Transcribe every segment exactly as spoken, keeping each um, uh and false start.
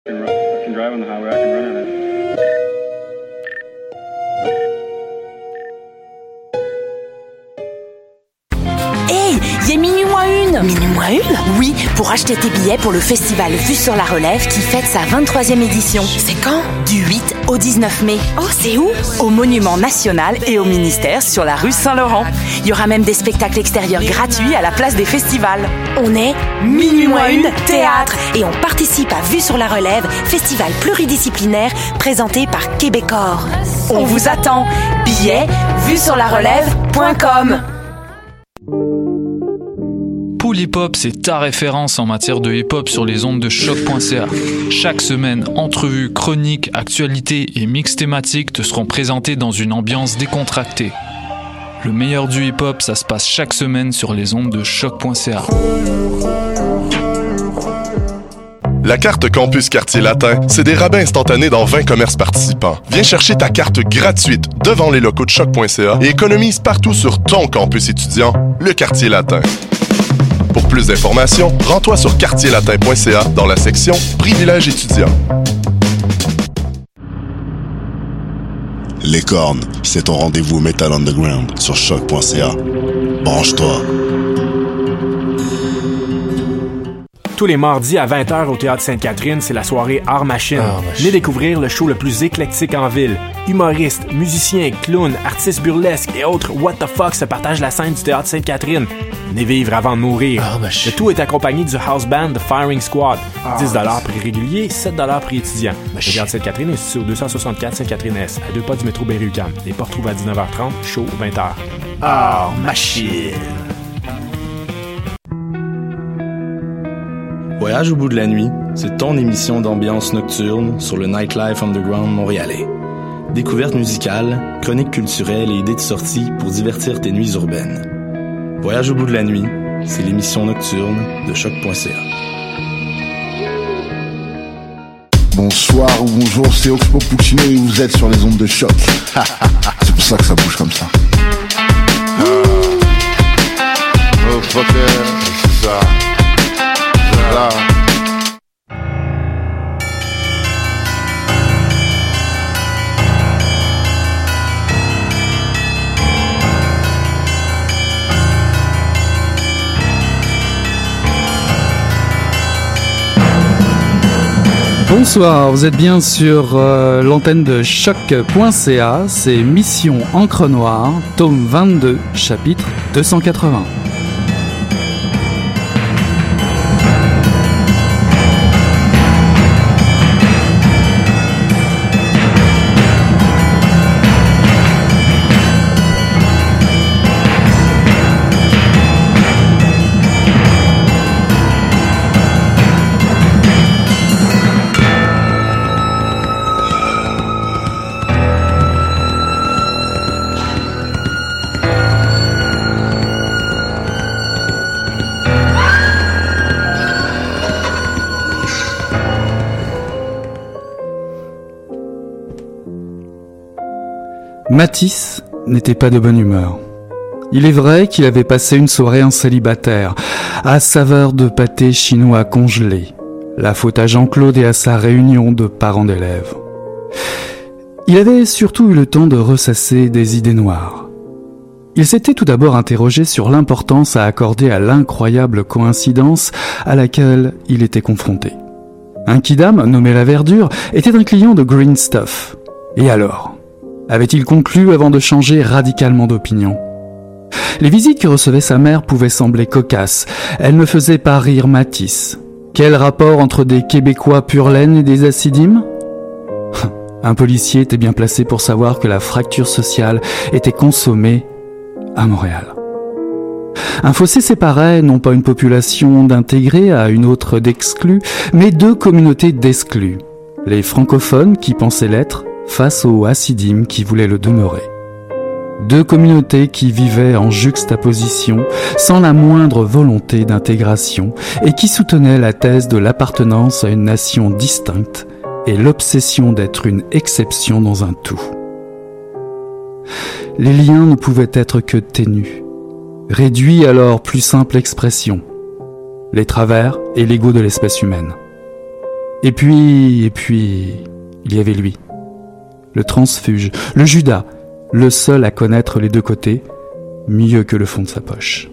I can drive on the highway, I can run on it. Hey, il est minuit moins une. Minuit moins une? Oui, pour acheter tes billets pour le festival Vue sur la Relève qui fête sa vingt-troisième édition. C'est quand? Du huit au dix-neuf mai. Oh, c'est où? Au Monument National et au ministère sur la rue Saint-Laurent. Il y aura même des spectacles extérieurs gratuits à la place des festivals. On est Minuit moins une théâtre. Et on participe à Vue sur la Relève, festival pluridisciplinaire présenté par Québecor. On vous attend. Billets vue sur la relève point com. Pool Hip Hop, c'est ta référence en matière de hip-hop sur les ondes de choc point c a. Chaque semaine, entrevues, chroniques, actualités et mix thématiques te seront présentés dans une ambiance décontractée. Le meilleur du hip-hop, ça se passe chaque semaine sur les ondes de choc point c a. La carte Campus Quartier Latin, c'est des rabais instantanés dans vingt commerces participants. Viens chercher ta carte gratuite devant les locaux de choc point c a et économise partout sur ton campus étudiant, le Quartier Latin. Pour plus d'informations, rends-toi sur quartier latin point c a dans la section Privilèges étudiants. Les Cornes, c'est ton rendez-vous Metal Underground sur choc point c a. Branche-toi. Tous les mardis à vingt heures au Théâtre Sainte-Catherine, c'est la soirée Art Machine. Art Machine. Venez découvrir le show le plus éclectique en ville. Humoristes, musiciens, clowns, artistes burlesques et autres what the fuck se partagent la scène du Théâtre Sainte-Catherine. Venez vivre avant de mourir. Art Machine. Le tout est accompagné du house band The Firing Squad. dix dollars prix régulier, sept dollars prix étudiant. Le Théâtre Sainte-Catherine est situé au deux cent soixante-quatre Sainte-Catherine-Est, à deux pas du métro Berry-UQAM. Les portes trouvent à dix-neuf heures trente, show vingt heures. Art Machine. Voyage au bout de la nuit, c'est ton émission d'ambiance nocturne sur le Nightlife Underground montréalais. Découvertes musicales, chroniques culturelles et idées de sortie pour divertir tes nuits urbaines. Voyage au bout de la nuit, c'est l'émission nocturne de choc point c a. Bonsoir ou bonjour, c'est Oxpo Puccino et vous êtes sur les ondes de choc. C'est pour ça que ça bouge comme ça. Ah. Oh fucker, c'est ça. Voilà. Bonsoir, vous êtes bien sur euh, l'antenne de choc point c a, c'est Mission Encre Noire, tome vingt-deux, chapitre deux cent quatre-vingts. Matisse n'était pas de bonne humeur. Il est vrai qu'il avait passé une soirée en célibataire, à saveur de pâté chinois congelé, la faute à Jean-Claude et à sa réunion de parents d'élèves. Il avait surtout eu le temps de ressasser des idées noires. Il s'était tout d'abord interrogé sur l'importance à accorder à l'incroyable coïncidence à laquelle il était confronté. Un kidam, nommé La Verdure, était un client de Green Stuff. Et alors ? Avait-il conclu avant de changer radicalement d'opinion ? Les visites que recevait sa mère pouvaient sembler cocasses. Elles ne faisaient pas rire Matisse. Quel rapport entre des Québécois pure laine et des acidimes ? Un policier était bien placé pour savoir que la fracture sociale était consommée à Montréal. Un fossé séparait non pas une population d'intégrés à une autre d'exclus, mais deux communautés d'exclus. Les francophones qui pensaient l'être face aux hassidim qui voulaient le demeurer. Deux communautés qui vivaient en juxtaposition, sans la moindre volonté d'intégration, et qui soutenaient la thèse de l'appartenance à une nation distincte et l'obsession d'être une exception dans un tout. Les liens ne pouvaient être que ténus, réduits à leur plus simple expression, les travers et l'ego de l'espèce humaine. Et puis, et puis, il y avait lui. Le transfuge, le Judas, le seul à connaître les deux côtés, mieux que le fond de sa poche.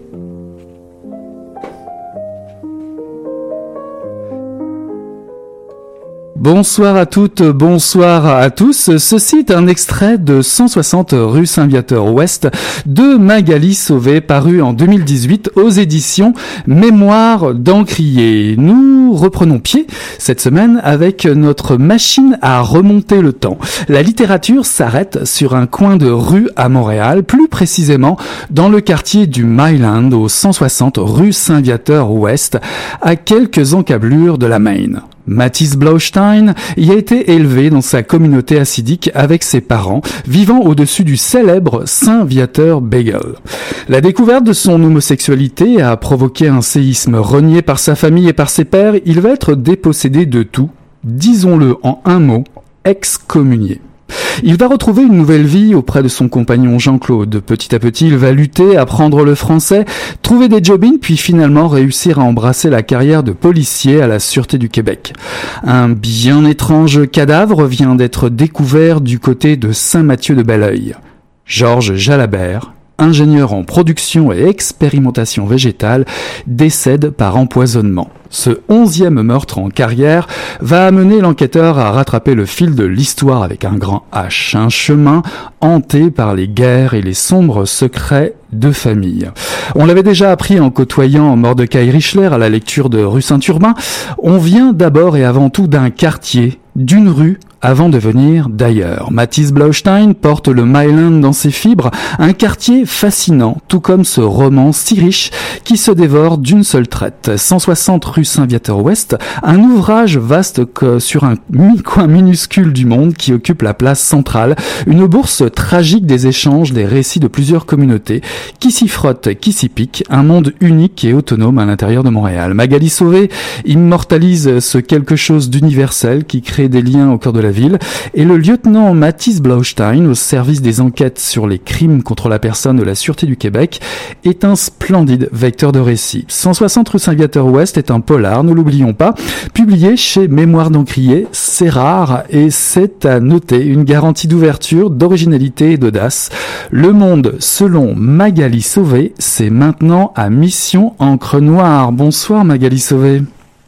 Bonsoir à toutes, bonsoir à tous. Ceci est un extrait de cent soixante rue Saint-Viateur-Ouest de Magali Sauvé, paru en deux mille dix-huit aux éditions Mémoire d'Encrier. Nous reprenons pied cette semaine avec notre machine à remonter le temps. La littérature s'arrête sur un coin de rue à Montréal, plus précisément dans le quartier du Myland, au cent soixante rue Saint-Viateur-Ouest, à quelques encablures de la Main. Mathis Blaustein y a été élevé dans sa communauté hassidique avec ses parents, vivant au-dessus du célèbre Saint-Viateur Bagel. La découverte de son homosexualité a provoqué un séisme. Renié par sa famille et par ses pairs, il va être dépossédé de tout, disons-le en un mot, excommunié. Il va retrouver une nouvelle vie auprès de son compagnon Jean-Claude. Petit à petit, il va lutter, apprendre le français, trouver des job-ins, puis finalement réussir à embrasser la carrière de policier à la Sûreté du Québec. Un bien étrange cadavre vient d'être découvert du côté de Saint-Mathieu-de-Belleuil. Georges Jalabert, ingénieur en production et expérimentation végétale, décède par empoisonnement. Ce onzième meurtre en carrière va amener l'enquêteur à rattraper le fil de l'histoire avec un grand H, un chemin hanté par les guerres et les sombres secrets de famille. On l'avait déjà appris en côtoyant Mordecai Richler à la lecture de Rue Saint-Urbain. On vient d'abord et avant tout d'un quartier, d'une rue, avant de venir d'ailleurs. Mathis Blaustein porte le Myland dans ses fibres, un quartier fascinant, tout comme ce roman si riche qui se dévore d'une seule traite. cent soixante rue Saint-Viateur-Ouest, un ouvrage vaste que sur un mi-coin minuscule du monde qui occupe la place centrale, une bourse tragique des échanges, des récits de plusieurs communautés qui s'y frottent, qui s'y piquent, un monde unique et autonome à l'intérieur de Montréal. Magali Sauvé immortalise ce quelque chose d'universel qui crée des liens au cœur de la ville, et le lieutenant Mathis Blaustein, au service des enquêtes sur les crimes contre la personne de la Sûreté du Québec, est un splendide vecteur de récit. cent soixante rue Saint-Viateur-Ouest est un polar, ne l'oublions pas, publié chez Mémoire d'Encrier. C'est rare et c'est à noter, une garantie d'ouverture, d'originalité et d'audace. Le Monde, selon Magali Sauvé, c'est maintenant à Mission Encre Noire. Bonsoir Magali Sauvé.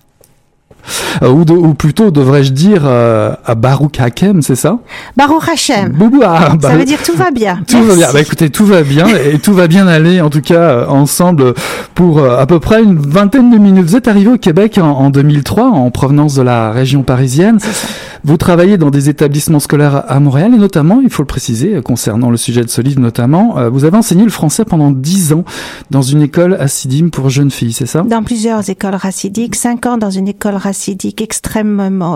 Euh, ou, de, ou plutôt, devrais-je dire, euh, à Baruch Hakem, c'est ça? Baruch Hashem. Boubou, ah, bah, ça veut dire tout va bien. Tout Merci. va bien. Bah, écoutez, tout va bien et tout va bien aller, en tout cas, euh, ensemble pour euh, à peu près une vingtaine de minutes. Vous êtes arrivé au Québec en, en deux mille trois, en provenance de la région parisienne. Vous travaillez dans des établissements scolaires à Montréal et notamment, il faut le préciser, concernant le sujet de ce livre notamment, euh, vous avez enseigné le français pendant dix ans dans une école hassidim pour jeunes filles, c'est ça? Dans plusieurs écoles hassidiques, cinq ans dans une école hassidique extrêmement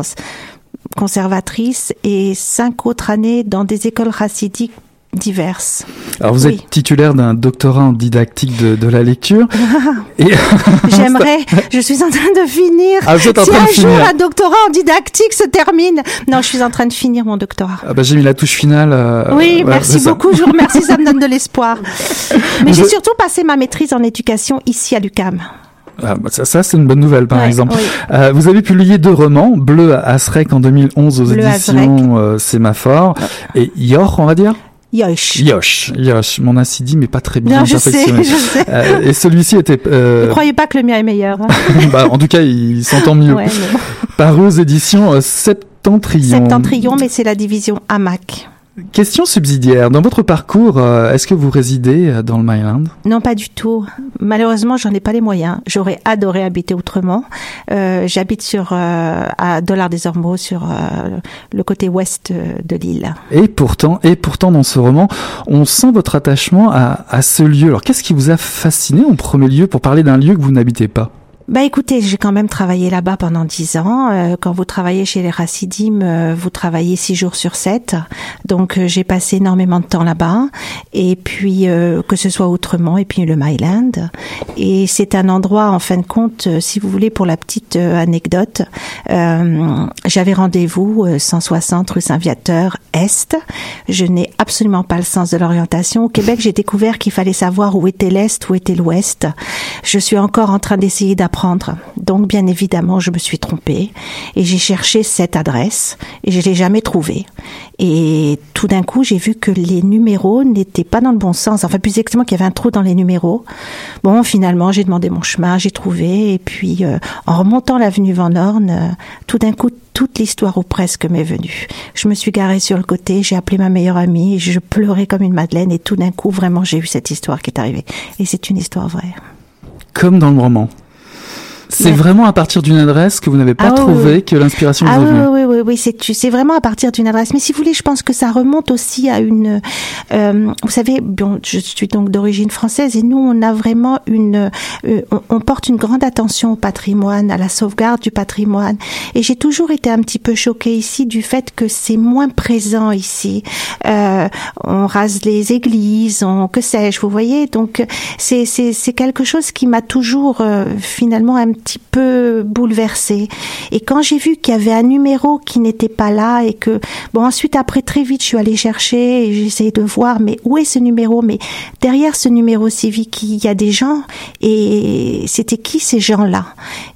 conservatrice et cinq autres années dans des écoles hassidiques diverses. Alors vous oui. êtes titulaire d'un doctorat en didactique de, de la lecture. et J'aimerais, je suis en train de finir. Ah, vous êtes en si train un de jour finir. un doctorat en didactique se termine. Non, je suis en train de finir mon doctorat. Ah bah, j'ai mis la touche finale. Euh, oui, voilà, merci beaucoup. Je vous remercie, ça me donne de l'espoir. Mais vous j'ai êtes... surtout passé ma maîtrise en éducation ici à l'U Q A M. Ah, bah ça, ça c'est une bonne nouvelle, par ouais, exemple. Oui. Euh, vous avez publié deux romans, Bleu à Asrec en deux mille onze aux Bleu éditions euh, Sémaphore, et Yor, on va dire Yosh. Yosh. Yosh. Mon assidime n'est pas très bien non, je perfectionné. sais, je sais. Euh, et celui-ci était... Euh... Ne croyez pas que le mien est meilleur. Hein. bah, en tout cas, il s'entend mieux. Ouais, bon. Paru aux éditions euh, Septentrion. Septentrion, mais c'est la division Hamac. Question subsidiaire. Dans votre parcours, euh, est-ce que vous résidez dans le Myland? Non, pas du tout. Malheureusement, j'en ai pas les moyens. J'aurais adoré habiter autrement. Euh, j'habite sur euh, à Dollard-des-Ormeaux, sur euh, le côté ouest de l'île. Et pourtant, et pourtant, dans ce roman, on sent votre attachement à, à ce lieu. Alors, qu'est-ce qui vous a fasciné en premier lieu pour parler d'un lieu que vous n'habitez pas? Bah écoutez, j'ai quand même travaillé là-bas pendant dix ans. Euh, quand vous travaillez chez les Hassidim, euh, vous travaillez six jours sur sept. Donc euh, j'ai passé énormément de temps là-bas. Et puis euh, que ce soit Outremont et puis le Myland. Et c'est un endroit, en fin de compte, euh, si vous voulez, pour la petite euh, anecdote, euh, j'avais rendez-vous euh, cent soixante rue Saint-Viateur Est. Je n'ai absolument pas le sens de l'orientation. Au Québec, j'ai découvert qu'il fallait savoir où était l'Est, où était l'Ouest. Je suis encore en train d'essayer d'apprendre apprendre. Donc, bien évidemment, je me suis trompée et j'ai cherché cette adresse et je l'ai jamais trouvée. Et tout d'un coup, j'ai vu que les numéros n'étaient pas dans le bon sens. Enfin, plus exactement, qu'il y avait un trou dans les numéros. Bon, finalement, j'ai demandé mon chemin, j'ai trouvé. Et puis, euh, en remontant l'avenue Van Horn, euh, tout d'un coup, toute l'histoire ou presque m'est venue. Je me suis garée sur le côté, j'ai appelé ma meilleure amie, je pleurais comme une madeleine et tout d'un coup, vraiment, j'ai eu cette histoire qui est arrivée. Et c'est une histoire vraie. Comme dans le roman. C'est ouais. vraiment à partir d'une adresse que vous n'avez pas ah, trouvé oui, oui. que l'inspiration ah, vous est venue. Oui, oui, oui, oui, c'est, c'est vraiment à partir d'une adresse. Mais si vous voulez, je pense que ça remonte aussi à une. Euh, vous savez, bon, je suis donc d'origine française et nous, on a vraiment une. Euh, on, on porte une grande attention au patrimoine, à la sauvegarde du patrimoine. Et j'ai toujours été un petit peu choquée ici du fait que c'est moins présent ici. Euh, on rase les églises, on que sais-je, vous voyez. Donc c'est c'est c'est quelque chose qui m'a toujours euh, finalement un petit peu bouleversée. Et quand j'ai vu qu'il y avait un numéro qui n'était pas là et que, bon, ensuite, après, très vite, je suis allée chercher et j'ai essayé de voir, mais où est ce numéro? Mais derrière ce numéro civique, il y a des gens et c'était qui ces gens-là?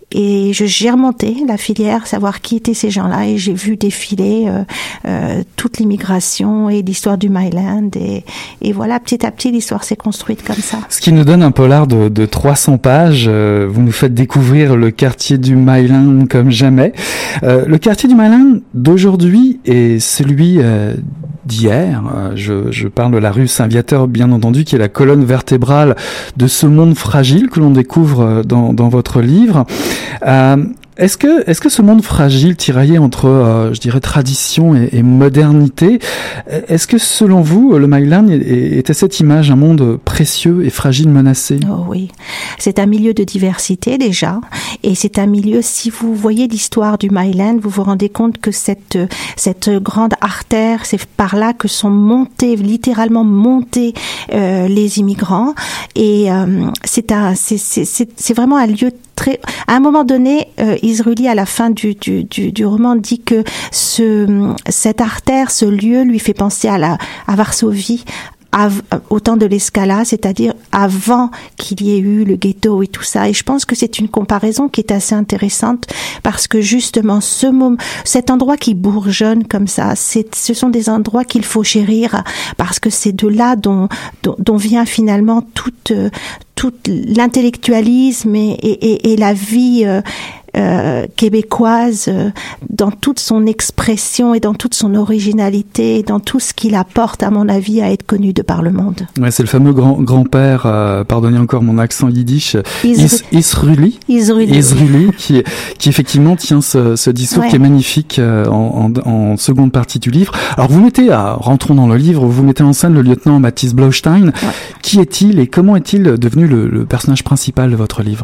Et je, j'ai remonté la filière, savoir qui étaient ces gens-là, et j'ai vu défiler euh, euh, toute l'immigration et l'histoire du Myland, et, et voilà, petit à petit, l'histoire s'est construite comme ça. Ce qui nous donne un polar de, de trois cents pages. Euh, vous nous faites découvrir le quartier du Myland comme jamais. Euh, le quartier du Myland d'aujourd'hui est celui euh, d'hier. Euh, je, je parle de la rue Saint-Viateur, bien entendu, qui est la colonne vertébrale de ce monde fragile que l'on découvre dans, dans votre livre. Euh, est-ce que est-ce que ce monde fragile, tiraillé entre, euh, je dirais, tradition et, et modernité, est-ce que selon vous, le Myland est, est à cette image un monde précieux et fragile, menacé? Oh oui, c'est un milieu de diversité déjà, et c'est un milieu. Si vous voyez l'histoire du Myland, vous vous rendez compte que cette cette grande artère, c'est par là que sont montés, littéralement montés, euh, les immigrants, et euh, c'est un c'est c'est c'est, c'est vraiment un lieu très. À un moment donné, euh, Izraeli, à la fin du, du, du, du roman, dit que ce, cette artère, ce lieu, lui fait penser à la, à Varsovie, av- au temps de l'Escala, c'est-à-dire avant qu'il y ait eu le ghetto et tout ça. Et je pense que c'est une comparaison qui est assez intéressante parce que justement, ce moment, cet endroit qui bourgeonne comme ça, c'est, ce sont des endroits qu'il faut chérir parce que c'est de là dont, dont, dont vient finalement toute, tout l'intellectualisme et, et, et la vie euh, euh, québécoise euh, dans toute son expression et dans toute son originalité et dans tout ce qu'il apporte, à mon avis, à être connu de par le monde. Ouais, c'est le fameux grand, grand-père, euh, pardonnez encore mon accent yiddish, Is, Izraeli, Izraeli, qui, qui effectivement tient ce, ce discours ouais. qui est magnifique euh, en, en, en seconde partie du livre. Alors vous mettez, à, rentrons dans le livre, vous mettez en scène le lieutenant Mathis Blaustein. Ouais. Qui est-il et comment est-il devenu le, le personnage principal de votre livre?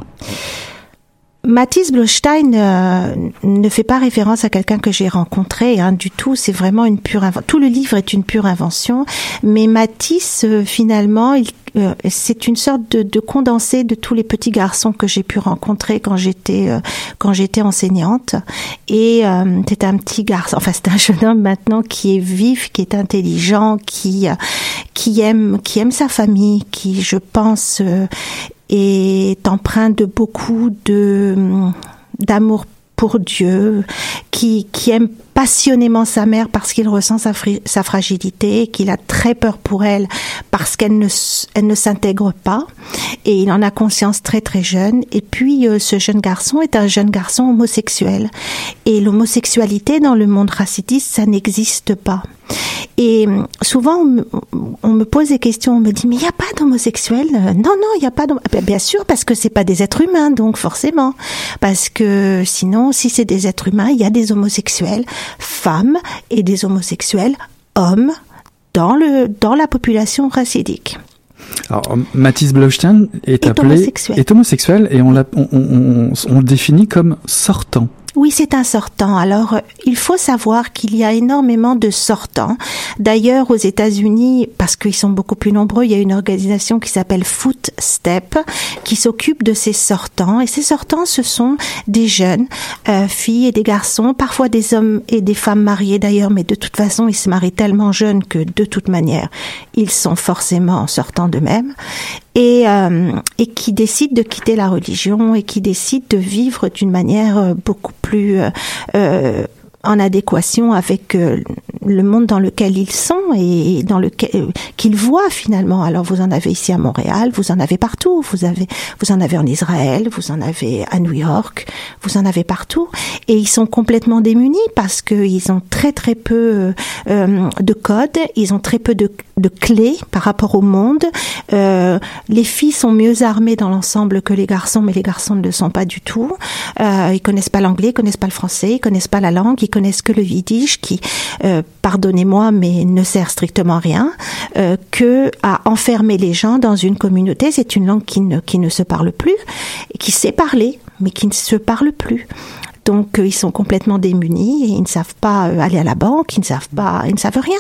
Mathis Blaustein euh, ne fait pas référence à quelqu'un que j'ai rencontré hein, du tout. C'est vraiment une pure invention. Tout le livre est une pure invention. Mais Mathis, euh, finalement, il, euh, c'est une sorte de, de condensé de tous les petits garçons que j'ai pu rencontrer quand j'étais euh, quand j'étais enseignante. Et euh, c'est un petit garçon. Enfin, c'est un jeune homme maintenant qui est vif, qui est intelligent, qui euh, qui aime qui aime sa famille, qui, je pense, euh, est empreint de beaucoup de d'amour pour Dieu, qui qui aime passionnément sa mère parce qu'il ressent sa, fri- sa fragilité, qu'il a très peur pour elle parce qu'elle ne elle ne s'intègre pas, et il en a conscience très très jeune. Et puis euh, ce jeune garçon est un jeune garçon homosexuel, et l'homosexualité dans le monde racitiste, ça n'existe pas. Et souvent, on me, on me pose des questions, on me dit, mais il n'y a pas d'homosexuels? Non, non, il n'y a pas d'homosexuels. Bien sûr, parce que c'est pas des êtres humains, donc forcément. Parce que sinon, si c'est des êtres humains, il y a des homosexuels femmes et des homosexuels hommes dans le, dans la population racidique. Alors, Mathis Blaustein est, est appelé, homosexuel. est homosexuel, et on, l'a, on, on, on, on le définit comme sortant. Oui, c'est un sortant. Alors, il faut savoir qu'il y a énormément de sortants. D'ailleurs, aux États-Unis, parce qu'ils sont beaucoup plus nombreux, il y a une organisation qui s'appelle Footstep, qui s'occupe de ces sortants. Et ces sortants, ce sont des jeunes euh, filles et des garçons, parfois des hommes et des femmes mariés d'ailleurs, mais de toute façon, ils se marient tellement jeunes que de toute manière, ils sont forcément sortants d'eux-mêmes. et euh, et qui décident de quitter la religion et qui décident de vivre d'une manière beaucoup plus euh, euh, en adéquation avec euh, le monde dans lequel ils sont et dans lequel euh, qu'ils voient finalement. Alors vous en avez ici à Montréal, vous en avez partout, vous avez vous en avez en Israël, vous en avez à New York, vous en avez partout, et ils sont complètement démunis parce que ils ont très très peu euh, de codes, ils ont très peu de de clés par rapport au monde. Euh, les filles sont mieux armées dans l'ensemble que les garçons, mais les garçons ne le sont pas du tout. Euh, ils connaissent pas l'anglais, ils connaissent pas le français, ils connaissent pas la langue, ils connaissent que le yiddish qui, euh, pardonnez-moi, mais ne sert strictement à rien, euh, que à enfermer les gens dans une communauté. C'est une langue qui ne qui ne se parle plus, qui sait parler, mais qui ne se parle plus. Donc euh, ils sont complètement démunis et ils ne savent pas euh, aller à la banque, ils ne savent pas, ils ne savent rien.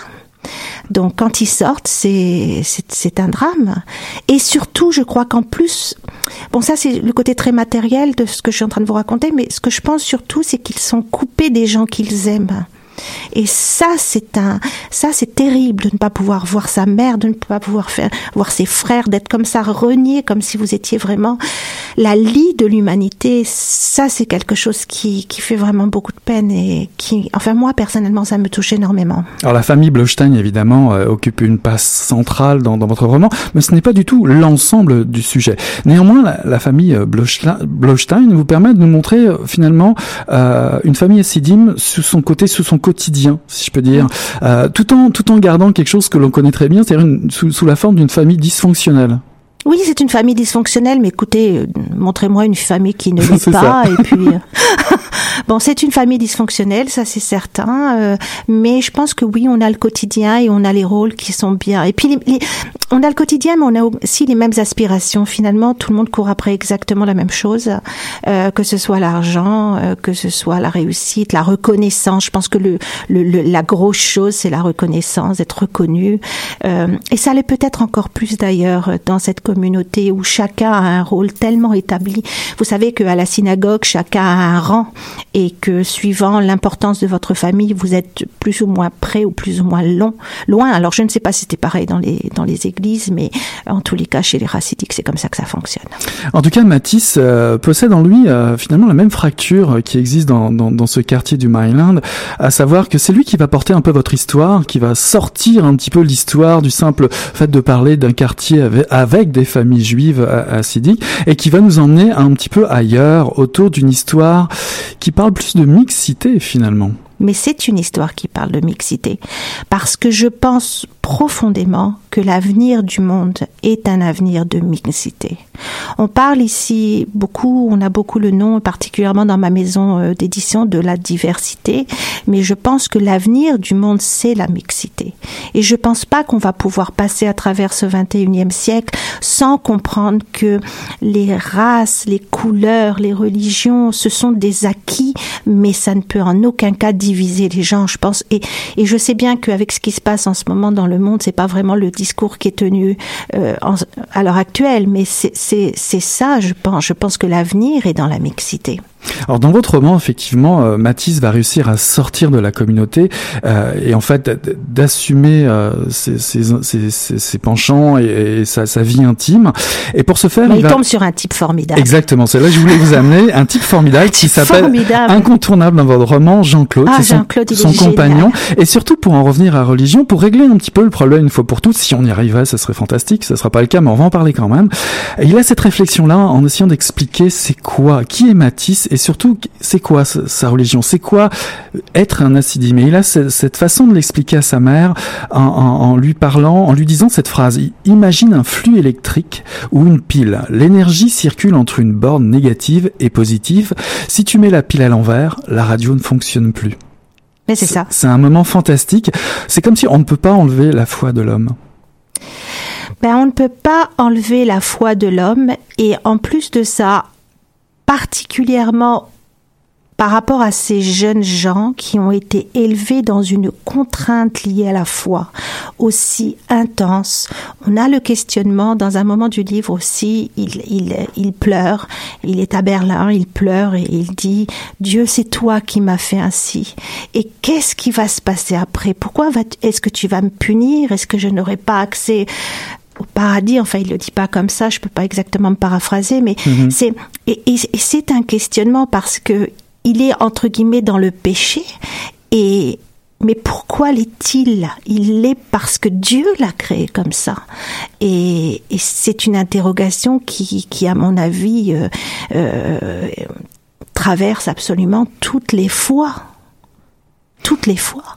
Donc quand ils sortent, c'est, c'est c'est un drame. Et surtout, je crois qu'en plus, bon ça c'est le côté très matériel de ce que je suis en train de vous raconter, mais ce que je pense surtout, c'est qu'ils sont coupés des gens qu'ils aiment. Et ça, c'est un, ça, c'est terrible de ne pas pouvoir voir sa mère, de ne pas pouvoir faire, voir ses frères, d'être comme ça, renié, comme si vous étiez vraiment la lie de l'humanité. Ça, c'est quelque chose qui, qui fait vraiment beaucoup de peine et qui, enfin, moi, personnellement, ça me touche énormément. Alors, la famille Blostein, évidemment, euh, occupe une place centrale dans, dans votre roman, mais ce n'est pas du tout l'ensemble du sujet. Néanmoins, la, la famille Blostein, Blostein vous permet de nous montrer, euh, finalement, euh, une famille hassidim sous son côté, sous son quotidien, si je peux dire, euh, tout en tout en gardant quelque chose que l'on connaît très bien, c'est-à-dire une, sous, sous la forme d'une famille dysfonctionnelle. Oui, c'est une famille dysfonctionnelle, mais écoutez, euh, montrez-moi une famille qui ne l'est pas, et puis... Euh, bon, c'est une famille dysfonctionnelle, ça c'est certain, euh, mais je pense que oui, on a le quotidien et on a les rôles qui sont bien. Et puis, les, les, on a le quotidien, mais on a aussi les mêmes aspirations. Finalement, tout le monde court après exactement la même chose, euh, que ce soit l'argent, euh, que ce soit la réussite, la reconnaissance. Je pense que le, le, le la grosse chose, c'est la reconnaissance, être reconnu. Euh, et ça l'est peut-être encore plus d'ailleurs dans cette communauté où chacun a un rôle tellement établi. Vous savez qu'à la synagogue, chacun a un rang et que suivant l'importance de votre famille, vous êtes plus ou moins près ou plus ou moins long, loin. Alors je ne sais pas si c'était pareil dans les dans les églises, mais en tous les cas chez les racidiques, c'est comme ça que ça fonctionne. En tout cas, Matisse euh, possède en lui euh, finalement la même fracture qui existe dans, dans dans ce quartier du Maryland, à savoir que c'est lui qui va porter un peu votre histoire, qui va sortir un petit peu l'histoire du simple fait de parler d'un quartier avec, avec des familles juives hassidiques, et qui va nous emmener un petit peu ailleurs, autour d'une histoire qui parle plus de mixité finalement. Mais c'est une histoire qui parle de mixité, parce que je pense profondément que l'avenir du monde est un avenir de mixité. On parle ici beaucoup, on a beaucoup le nom, particulièrement dans ma maison d'édition, de la diversité, mais je pense que l'avenir du monde, c'est la mixité. Et je pense pas qu'on va pouvoir passer à travers ce vingt et unième siècle sans comprendre que les races, les couleurs, les religions, ce sont des acquis, mais ça ne peut en aucun cas diviser les gens, je pense. Et, et je sais bien qu'avec ce qui se passe en ce moment dans le monde, c'est pas vraiment le discours qui est tenu euh, en, à l'heure actuelle, mais c'est, c'est, c'est ça, je pense. Je pense que l'avenir est dans la mixité. Alors dans votre roman, effectivement, euh, Matisse va réussir à sortir de la communauté euh, et en fait d'assumer euh, ses, ses, ses, ses, ses penchants et, et sa, sa vie intime. Et pour ce faire, Mais il, il va... tombe sur un type formidable. Exactement, c'est là que je voulais vous amener, un type formidable qui s'appelle formidable. Incontournable dans votre roman, Jean-Claude. Ah, c'est Jean-Claude, son, son compagnon. Et surtout pour en revenir à religion, pour régler un petit peu le problème une fois pour toutes, si on y arrivait, ça serait fantastique, ça sera pas le cas, mais on va en parler quand même. Et il a cette réflexion-là en essayant d'expliquer c'est quoi, qui est Matisse, et surtout, c'est quoi sa religion? C'est quoi être un hassidim? Et il a cette façon de l'expliquer à sa mère en, en, en lui parlant, en lui disant cette phrase. Imagine un flux électrique ou une pile. L'énergie circule entre une borne négative et positive. Si tu mets la pile à l'envers, la radio ne fonctionne plus. Mais c'est ça. C'est un moment fantastique. C'est comme si on ne peut pas enlever la foi de l'homme. Ben, on ne peut pas enlever la foi de l'homme, et en plus de ça, particulièrement par rapport à ces jeunes gens qui ont été élevés dans une contrainte liée à la foi aussi intense. On a le questionnement, dans un moment du livre aussi, il, il, il pleure, il est à Berlin, il pleure et il dit « Dieu, c'est toi qui m'as fait ainsi. Et qu'est-ce qui va se passer après? Pourquoi va, est-ce que tu vas me punir? Est-ce que je n'aurai pas accès au paradis. Enfin, il le dit pas comme ça, je peux pas exactement me paraphraser, mais mm-hmm. c'est et, et, et c'est un questionnement parce que il est entre guillemets dans le péché. Et mais pourquoi l'est-il là ? Il l'est parce que Dieu l'a créé comme ça. Et, et c'est une interrogation qui, qui à mon avis, euh, euh, traverse absolument toutes les fois. Toutes les fois.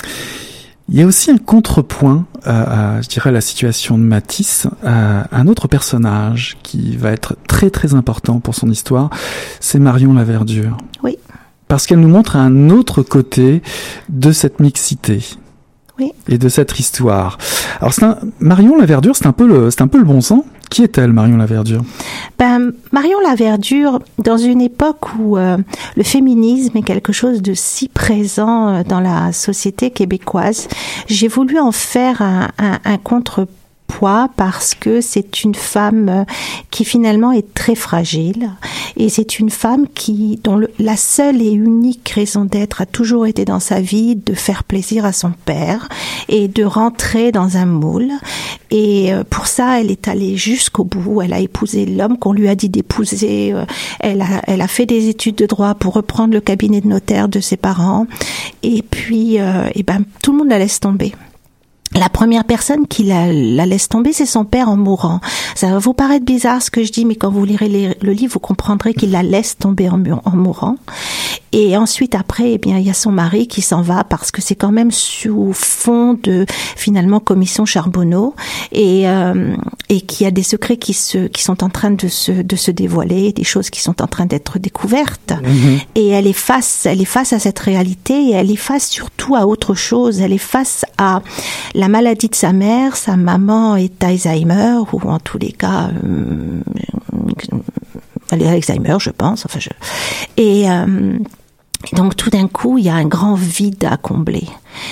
Il y a aussi un contrepoint à, à je dirais, la situation de Matisse, à un autre personnage qui va être très très important pour son histoire, c'est Marion Laverdure. Oui. Parce qu'elle nous montre un autre côté de cette mixité. Oui. Et de cette histoire. Alors, c'est un, Marion Laverdure, c'est un peu le, c'est un peu le bon sang. Qui est-elle, Marion Laverdure ? Ben, Marion Laverdure, dans une époque où euh, le féminisme est quelque chose de si présent euh, dans la société québécoise, j'ai voulu en faire un, un, un contrepoids parce que c'est une femme qui finalement est très fragile et c'est une femme qui dont le, la seule et unique raison d'être a toujours été dans sa vie de faire plaisir à son père et de rentrer dans un moule. Et pour ça, elle est allée jusqu'au bout. Elle a épousé l'homme qu'on lui a dit d'épouser. Elle a, elle a fait des études de droit pour reprendre le cabinet de notaire de ses parents. Et puis, euh, et ben, tout le monde la laisse tomber. La première personne qui la, la laisse tomber, c'est son père en mourant. Ça va vous paraître bizarre ce que je dis, mais quand vous lirez les, le livre, vous comprendrez qu'il la laisse tomber en, en mourant. Et ensuite, après, eh bien, il y a son mari qui s'en va parce que c'est quand même sous fond de, finalement, commission Charbonneau et, euh, et qu'il y a des secrets qui se, qui sont en train de se, de se dévoiler, des choses qui sont en train d'être découvertes. Mmh. Et elle est face, elle est face à cette réalité et elle est face surtout à autre chose. Elle est face à la maladie de sa mère. Sa maman est Alzheimer, ou en tous les cas, euh, elle est Alzheimer, je pense. Enfin, je... Et euh, donc tout d'un coup, il y a un grand vide à combler.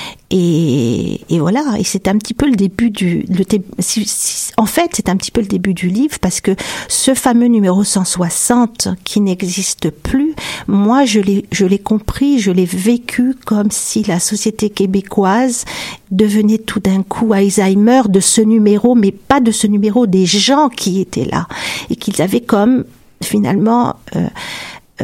Et, et voilà, et c'est un petit peu le début du... Le, si, si, en fait, c'est un petit peu le début du livre, parce que ce fameux numéro cent soixante, qui n'existe plus, moi, je l'ai, je l'ai compris, je l'ai vécu comme si la société québécoise devenait tout d'un coup Alzheimer de ce numéro, mais pas de ce numéro, des gens qui étaient là, et qu'ils avaient comme, finalement... Euh, euh,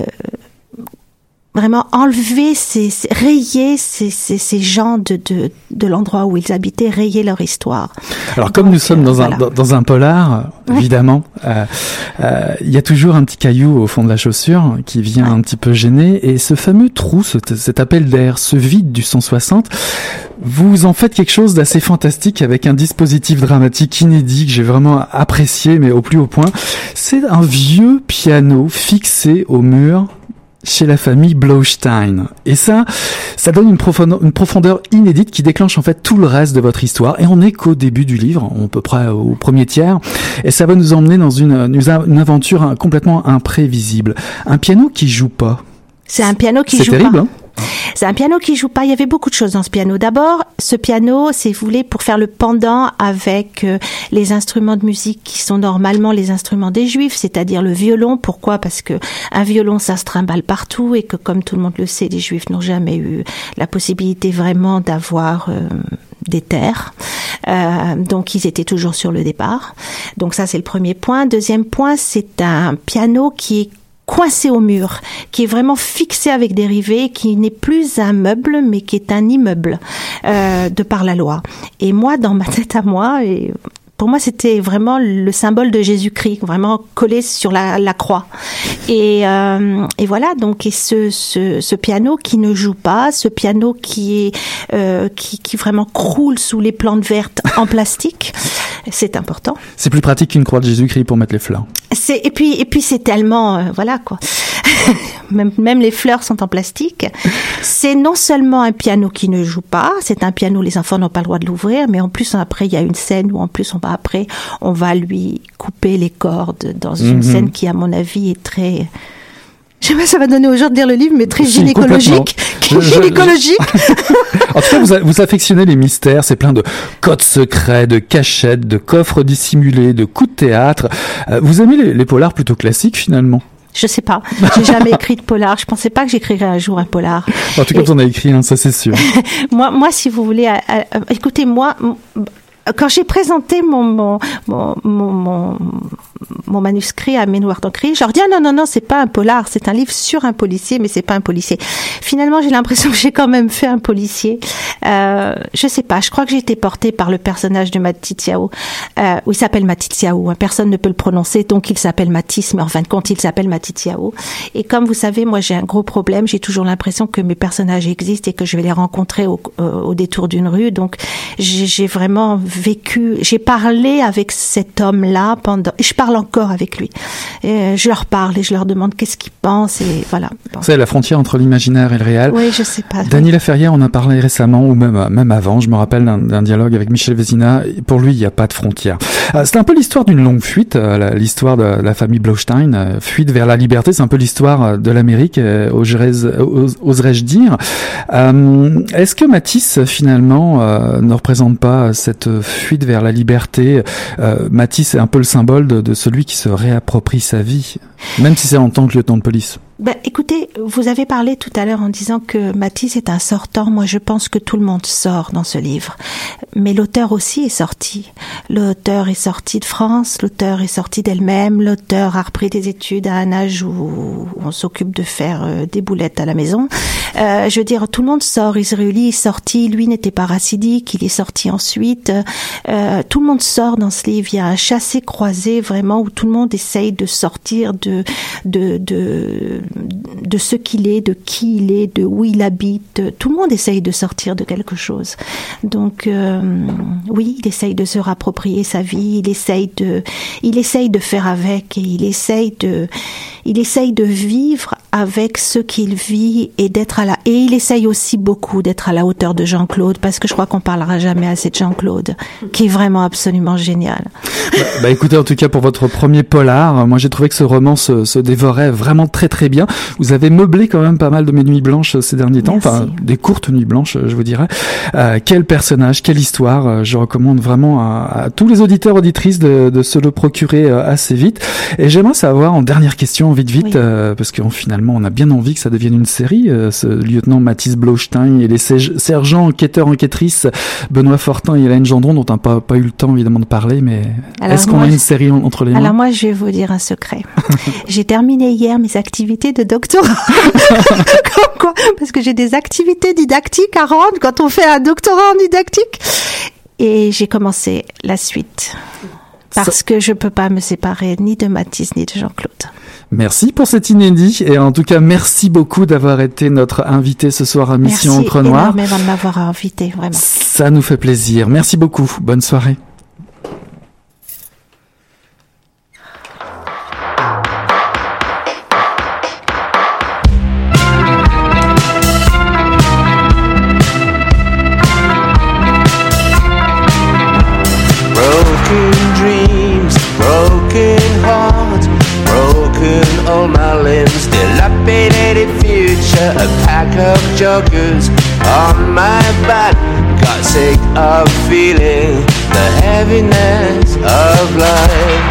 vraiment enlever, ces, ces, rayer ces, ces, ces gens de, de, de l'endroit où ils habitaient, rayer leur histoire. Alors comme Donc, nous sommes dans, euh, un, voilà. dans, dans un polar, ouais. évidemment, il euh, euh, y a toujours un petit caillou au fond de la chaussure qui vient ouais. un petit peu gêner. Et ce fameux trou, ce, cet appel d'air, ce vide du cent soixante, vous en faites quelque chose d'assez fantastique avec un dispositif dramatique inédit que j'ai vraiment apprécié, mais au plus haut point. C'est un vieux piano fixé au mur chez la famille Blaustein. Et ça, ça donne une profondeur, une profondeur inédite qui déclenche en fait tout le reste de votre histoire. Et on n'est qu'au début du livre, à peu près au premier tiers. Et ça va nous emmener dans une, une aventure complètement imprévisible. Un piano qui joue pas. C'est un piano qui C'est joue terrible, pas. Hein. C'est un piano qui joue pas. Il y avait beaucoup de choses dans ce piano. D'abord, ce piano, c'est voulu pour faire le pendant avec euh, les instruments de musique qui sont normalement les instruments des Juifs, c'est-à-dire le violon. Pourquoi ? Parce que un violon, ça se trimballe partout et que, comme tout le monde le sait, les Juifs n'ont jamais eu la possibilité vraiment d'avoir euh, des terres. Euh, donc, ils étaient toujours sur le départ. Donc, ça, c'est le premier point. Deuxième point, c'est un piano qui est coincé au mur, qui est vraiment fixé avec des rivets, qui n'est plus un meuble, mais qui est un immeuble, euh, de par la loi. Et moi, dans ma tête à moi, et pour moi, c'était vraiment le symbole de Jésus-Christ, vraiment collé sur la, la croix. Et, euh, et voilà, donc, et ce, ce, ce piano qui ne joue pas, ce piano qui est, euh, qui, qui vraiment croule sous les plantes vertes en plastique, c'est important. C'est plus pratique qu'une croix de Jésus-Christ pour mettre les fleurs. C'est, et puis, et puis c'est tellement, euh, voilà, quoi. même, même les fleurs sont en plastique. C'est non seulement un piano qui ne joue pas, c'est un piano, les enfants n'ont pas le droit de l'ouvrir, mais en plus, après, il y a une scène où, en plus, on va après, on va lui couper les cordes dans une mm-hmm. scène qui, à mon avis, est très... Je sais pas, ça va donner aux gens de lire le livre, mais très si, gynécologique. Je, gynécologique. En tout cas, vous, vous affectionnez les mystères. C'est plein de codes secrets, de cachettes, de coffres dissimulés, de coups de théâtre. Euh, vous aimez les, les polars plutôt classiques, finalement? Je sais pas. J'ai jamais écrit de polar. Je pensais pas que j'écrirais un jour un polar. En tout cas, Et... vous en avez écrit un, ça c'est sûr. moi, moi, si vous voulez, euh, euh, écoutez, moi, quand j'ai présenté mon mon mon mon, mon, mon manuscrit à Ménoir d'Ancry, je leur dis ah, non non non, c'est pas un polar, c'est un livre sur un policier, mais c'est pas un policier. Finalement, j'ai l'impression que j'ai quand même fait un policier. Euh, je sais pas, je crois que j'ai été portée par le personnage de Matitiao. Euh, où il s'appelle Matitiao, hein, personne ne peut le prononcer, donc il s'appelle Matisse, mais en fin de compte, il s'appelle Matitiao. Et comme vous savez, moi j'ai un gros problème, j'ai toujours l'impression que mes personnages existent et que je vais les rencontrer au, au, au détour d'une rue, donc j'ai, j'ai vraiment vécu, j'ai parlé avec cet homme-là pendant, et je parle encore avec lui. Et je leur parle et je leur demande qu'est-ce qu'ils pensent et voilà. Bon. C'est la frontière entre l'imaginaire et le réel. Oui, je sais pas. Dany Laferrière, on a parlé récemment ou même même avant. Je me rappelle d'un, d'un dialogue avec Michel Vézina. Pour lui, il n'y a pas de frontière. Euh, c'est un peu l'histoire d'une longue fuite, euh, l'histoire de la famille Blaustein, euh, fuite vers la liberté. C'est un peu l'histoire de l'Amérique, euh, oserais-je, oserais-je dire. Euh, est-ce que Matisse finalement euh, ne représente pas cette fuite vers la liberté? euh, Matisse est un peu le symbole de, de celui qui se réapproprie sa vie, même si c'est en tant que lieutenant de police. Ben, écoutez, vous avez parlé tout à l'heure en disant que Matisse est un sortant. Moi, je pense que tout le monde sort dans ce livre. Mais l'auteur aussi est sorti. L'auteur est sorti de France, l'auteur est sorti d'elle-même, l'auteur a repris des études à un âge où on s'occupe de faire euh, des boulettes à la maison. Euh, je veux dire, tout le monde sort. Israeli est sorti, lui n'était pas racidique, il est sorti ensuite. Euh, tout le monde sort dans ce livre. Il y a un chassé-croisé vraiment où tout le monde essaye de sortir de... de, de de ce qu'il est, de qui il est, de où il habite. Tout le monde essaye de sortir de quelque chose. Donc euh, oui, il essaye de se rapproprier sa vie, il essaye de, il essaye de faire avec et il essaye de, il essaye de vivre avec ce qu'il vit et d'être à la, et il essaye aussi beaucoup d'être à la hauteur de Jean-Claude parce que je crois qu'on parlera jamais assez de Jean-Claude, qui est vraiment absolument génial. Bah, bah écoutez, en tout cas pour votre premier polar, moi j'ai trouvé que ce roman se, se dévorait vraiment très très bien. Vous avez meublé quand même pas mal de mes nuits blanches ces derniers temps, Merci. Enfin des courtes nuits blanches, je vous dirais. Euh, quel personnage, quelle histoire. Je recommande vraiment à, à tous les auditeurs auditrices de, de se le procurer assez vite. Et j'aimerais savoir en dernière question, vite vite, oui. euh, parce qu'en finalement on a bien envie que ça devienne une série, euh, ce lieutenant Matisse Blaustein et les sergents enquêteurs enquêtrices Benoît Fortin et Hélène Gendron dont on n'a pas, pas eu le temps évidemment de parler, mais alors est-ce qu'on a une série en, entre les mains? Alors moi je vais vous dire un secret. J'ai terminé hier mes activités de doctorat. Comme quoi, parce que j'ai des activités didactiques à rendre quand on fait un doctorat en didactique. Et j'ai commencé la suite. Parce Ça... que je peux pas me séparer ni de Matisse ni de Jean-Claude. Merci pour cet inédit et en tout cas merci beaucoup d'avoir été notre invité ce soir à Mission Encre Noire. Merci énormément de m'avoir invité, vraiment. Ça nous fait plaisir. Merci beaucoup. Bonne soirée. All my limbs, dilapidated future, a pack of joggers on my back. Got sick of feeling the heaviness of life.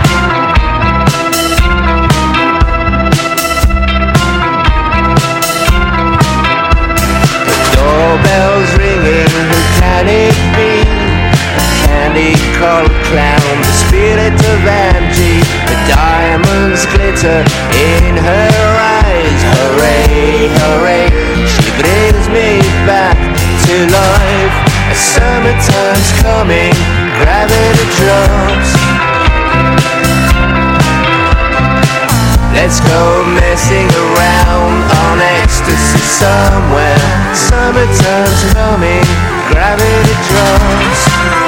The doorbell's ringing, who can it be? A candy-colored clown, the spirit of Angie. The diamonds glitter in her eyes. Hooray, hooray, she brings me back to life. A summertime's coming, gravity drops. Let's go messing around on ecstasy somewhere. Summertime's coming, gravity drops.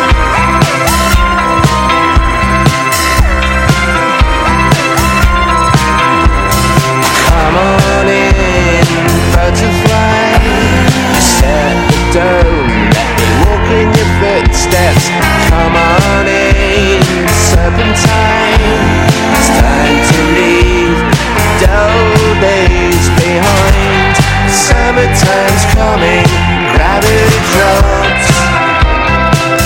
Come on in, butterfly. You set the dome, let me walk in your footsteps. Come on in, serpentine. It's time to leave dull days behind. Summertime's coming, gravity drops.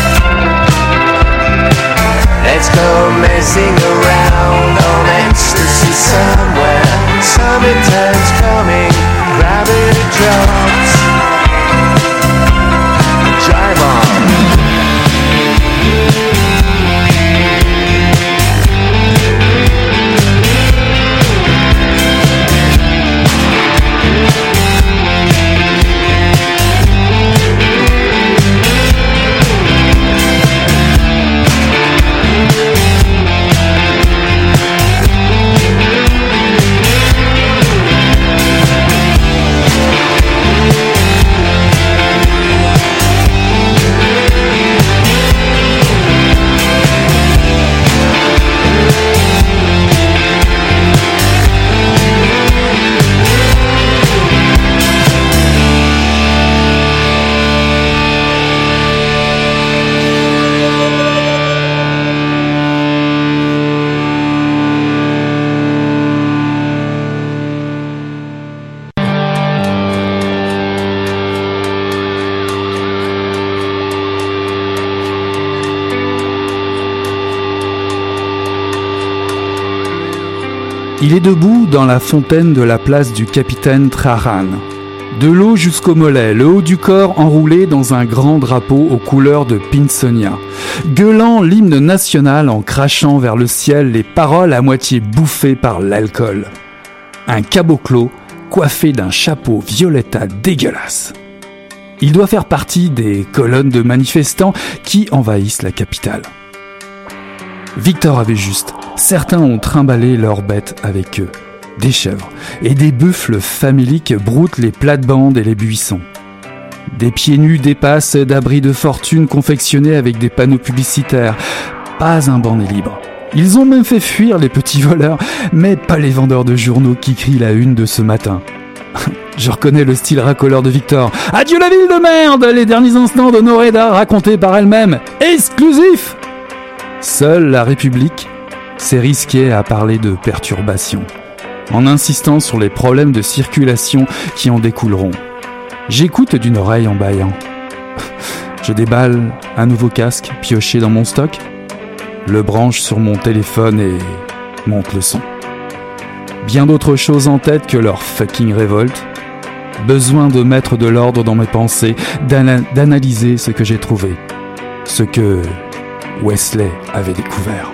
Il est debout dans la fontaine de la place du capitaine Trahan. De l'eau jusqu'au mollet, le haut du corps enroulé dans un grand drapeau aux couleurs de Pinsonia. Gueulant l'hymne national en crachant vers le ciel les paroles à moitié bouffées par l'alcool. Un caboclo coiffé d'un chapeau violetta dégueulasse. Il doit faire partie des colonnes de manifestants qui envahissent la capitale. Victor avait juste. Certains ont trimballé leurs bêtes avec eux. Des chèvres et des buffles faméliques broutent les plates-bandes et les buissons. Des pieds nus dépassent d'abris de fortune confectionnés avec des panneaux publicitaires. Pas un banc n'est libre. Ils ont même fait fuir les petits voleurs, mais pas les vendeurs de journaux qui crient la une de ce matin. Je reconnais le style racoleur de Victor. Adieu la ville de merde! Les derniers instants de Noreda racontés par elle-même. Exclusif! Seule la République s'est risquée à parler de perturbation, en insistant sur les problèmes de circulation qui en découleront. J'écoute d'une oreille en bâillant. Je déballe un nouveau casque pioché dans mon stock, le branche sur mon téléphone et monte le son. Bien d'autres choses en tête que leur fucking révolte. Besoin de mettre de l'ordre dans mes pensées, d'ana- d'analyser ce que j'ai trouvé, ce que Wesley avait découvert.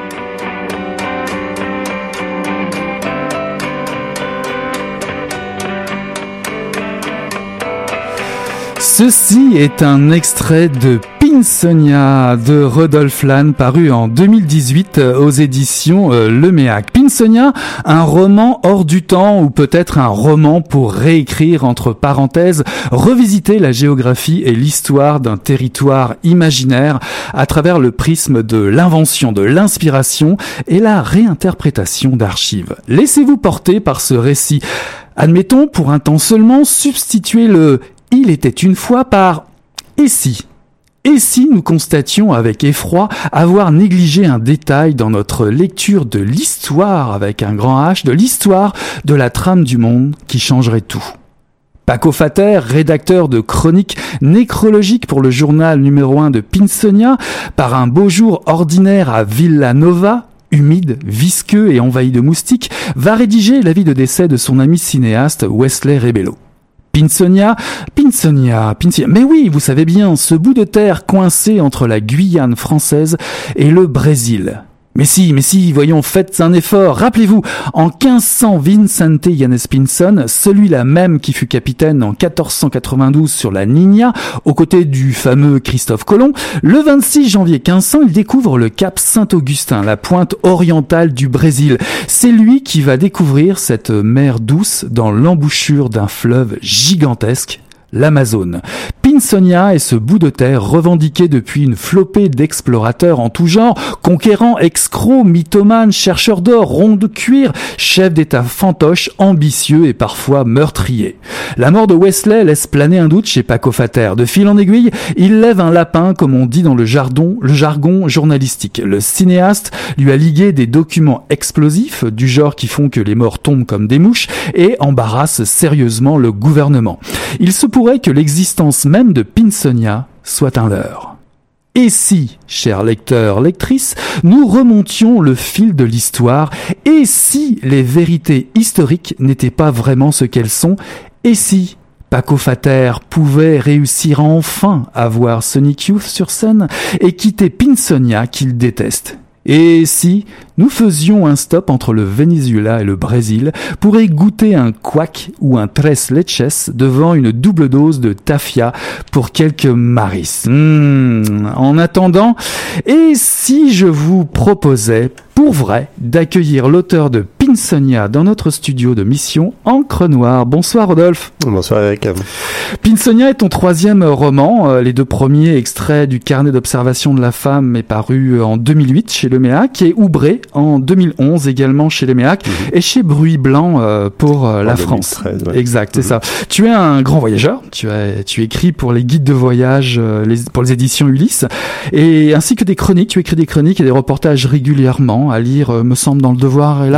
Ceci est un extrait de Pinsonia de Rodolphe Lannes paru en deux mille dix-huit aux éditions euh, Le Méac. Pinsonia, un roman hors du temps ou peut-être un roman pour réécrire entre parenthèses, revisiter la géographie et l'histoire d'un territoire imaginaire à travers le prisme de l'invention, de l'inspiration et la réinterprétation d'archives. Laissez-vous porter par ce récit. Admettons pour un temps seulement substituer le « il était une fois » par « et si ». Et si nous constations avec effroi avoir négligé un détail dans notre lecture de l'histoire avec un grand H, de l'histoire de la trame du monde qui changerait tout. Paco Fater, rédacteur de chroniques nécrologiques pour le journal numéro un de Pinsonia, par un beau jour ordinaire à Villanova, humide, visqueux et envahi de moustiques, va rédiger l'avis de décès de son ami cinéaste Wesley Rebello. Pinsonia, Pinsonia, Pinsonia. Mais oui, vous savez bien, ce bout de terre coincé entre la Guyane française et le Brésil. Mais si, mais si, voyons, faites un effort. Rappelez-vous, en quinze cents, Vicente Yanes Pinson, celui-là même qui fut capitaine en quatorze cent quatre-vingt-douze sur la Niña, aux côtés du fameux Christophe Colomb, le vingt-six janvier quinze cents, il découvre le cap Saint-Augustin, la pointe orientale du Brésil. C'est lui qui va découvrir cette mer douce dans l'embouchure d'un fleuve gigantesque, l'Amazone. Pinsonia est ce bout de terre revendiqué depuis une flopée d'explorateurs en tout genre, conquérants, escrocs, mythomanes, chercheurs d'or, ronds de cuir, chefs d'État fantoches, ambitieux et parfois meurtriers. La mort de Wesley laisse planer un doute chez Paco Fater. De fil en aiguille, il lève un lapin, comme on dit dans le jargon, le jargon journalistique. Le cinéaste lui a ligué des documents explosifs, du genre qui font que les morts tombent comme des mouches, et embarrassent sérieusement le gouvernement. Il se pourrait que l'existence même de Pinsonia soit un leurre. Et si, chers lecteurs, lectrices, nous remontions le fil de l'histoire, et si les vérités historiques n'étaient pas vraiment ce qu'elles sont, et si Paco Fater pouvait réussir enfin à voir Sonic Youth sur scène et quitter Pinsonia qu'il déteste. Et si nous faisions un stop entre le Venezuela et le Brésil pour y goûter un quack ou un tres leches devant une double dose de tafia pour quelques maris. Mmh. En attendant, et si je vous proposais pour vrai d'accueillir l'auteur de Pinsonia dans notre studio de mission Encre Noire. Bonsoir Rodolphe. Bonsoir Eric. Pinsonia est ton troisième roman. Les deux premiers extraits du carnet d'observation de la femme est paru en deux mille huit chez Le Méac et Oubré en deux mille onze également chez Le Méac mmh. et chez Bruit Blanc euh, pour euh, la France. deux mille treize, ouais. Exact, c'est mmh. ça. Tu es un grand voyageur. Tu as, tu écris pour les guides de voyage, euh, les, pour les éditions Ulysse, et ainsi que des chroniques. Tu écris des chroniques et des reportages régulièrement à lire, euh, me semble, dans Le Devoir et la dans, Presse. Dans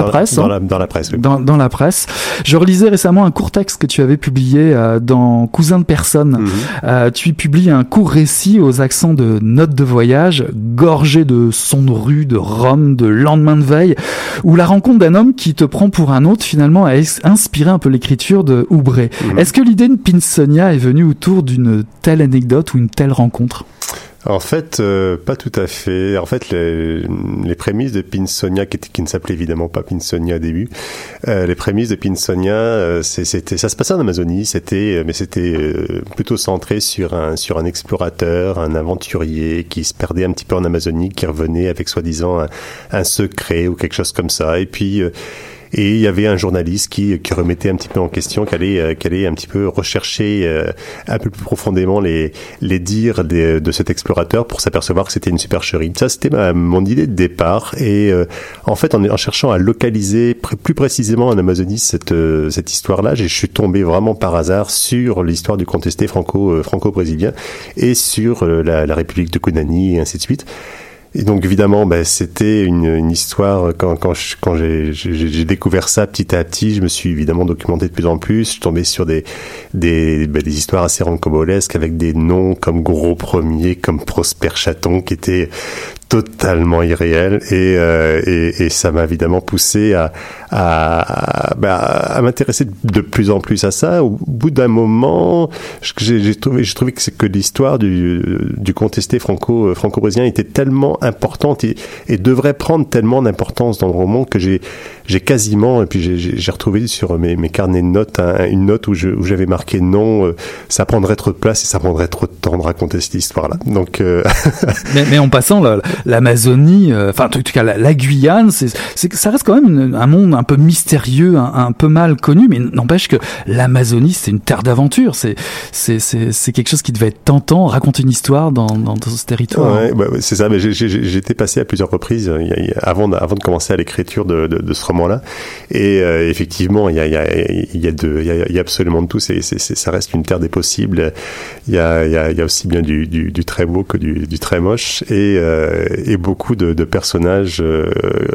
récent. Dans la, dans la presse, oui. Dans, dans la presse. Je relisais récemment un court texte que tu avais publié euh, dans Cousin de personne. Mm-hmm. Euh, tu y publies un court récit aux accents de notes de voyage, gorgé de sons de rue, de rhum, de lendemain de veille, où la rencontre d'un homme qui te prend pour un autre, finalement, a inspiré un peu l'écriture de Oubré. Mm-hmm. Est-ce que l'idée de Pinsonia est venue autour d'une telle anecdote ou une telle rencontre? En fait, euh, pas tout à fait. En fait, les, les prémices de Pinsonia, qui, qui ne s'appelait évidemment pas Pinsonia au début, euh, les prémices de Pinsonia, euh, c'était, ça se passait en Amazonie, c'était, mais c'était euh, plutôt centré sur un, sur un explorateur, un aventurier qui se perdait un petit peu en Amazonie, qui revenait avec soi-disant un, un secret ou quelque chose comme ça. Et puis, euh, Et il y avait un journaliste qui, qui remettait un petit peu en question, qui allait, euh, qui allait un petit peu rechercher euh, un peu plus profondément les, les dires de, de cet explorateur pour s'apercevoir que c'était une supercherie. Ça, c'était ma, mon idée de départ. Et euh, en fait, en, en cherchant à localiser pr- plus précisément en Amazonie cette, euh, cette histoire-là, je suis tombé vraiment par hasard sur l'histoire du contesté franco, euh, franco-brésilien et sur euh, la, la République de Kunani et ainsi de suite. Et donc évidemment, ben, c'était une, une histoire, quand, quand, je, quand j'ai, j'ai, j'ai découvert ça petit à petit, je me suis évidemment documenté de plus en plus, je suis tombé sur des, des, ben, des histoires assez rocambolesques avec des noms comme Gros Premier, comme Prosper Chaton, qui étaient totalement irréel et, euh, et, et ça m'a évidemment poussé à, à, à, bah, à m'intéresser de plus en plus à ça. Au bout d'un moment, j'ai, j'ai trouvé, j'ai trouvé que, que l'histoire du, du contesté franco, franco-brésilien était tellement importante et, et devrait prendre tellement d'importance dans le roman que j'ai, j'ai quasiment, et puis j'ai, j'ai retrouvé sur mes, mes carnets de notes un, une note où, je, où j'avais marqué non, euh, ça prendrait trop de place et ça prendrait trop de temps de raconter cette histoire-là. Donc, euh... mais, mais en passant, là, l'Amazonie, enfin euh, en tout cas la, la Guyane, c'est, c'est, ça reste quand même une, un monde un peu mystérieux, un, un peu mal connu, mais n'empêche que l'Amazonie, c'est une terre d'aventure, c'est, c'est, c'est, c'est quelque chose qui devait être tentant, raconter une histoire dans, dans, dans ce territoire. Ouais, bah, c'est ça, mais j'ai, j'ai, j'étais passé à plusieurs reprises il y a, il y a, avant, de, avant de commencer à l'écriture de, de, de ce roman-là, et euh, effectivement, il y a, il y, a, il y, a de, il y, a, il y a absolument de tout, c'est, c'est, c'est, ça reste une terre des possibles, il y a, il y a, il y a aussi bien du, du, du très beau que du, du très moche, et euh, et beaucoup de, de personnages euh,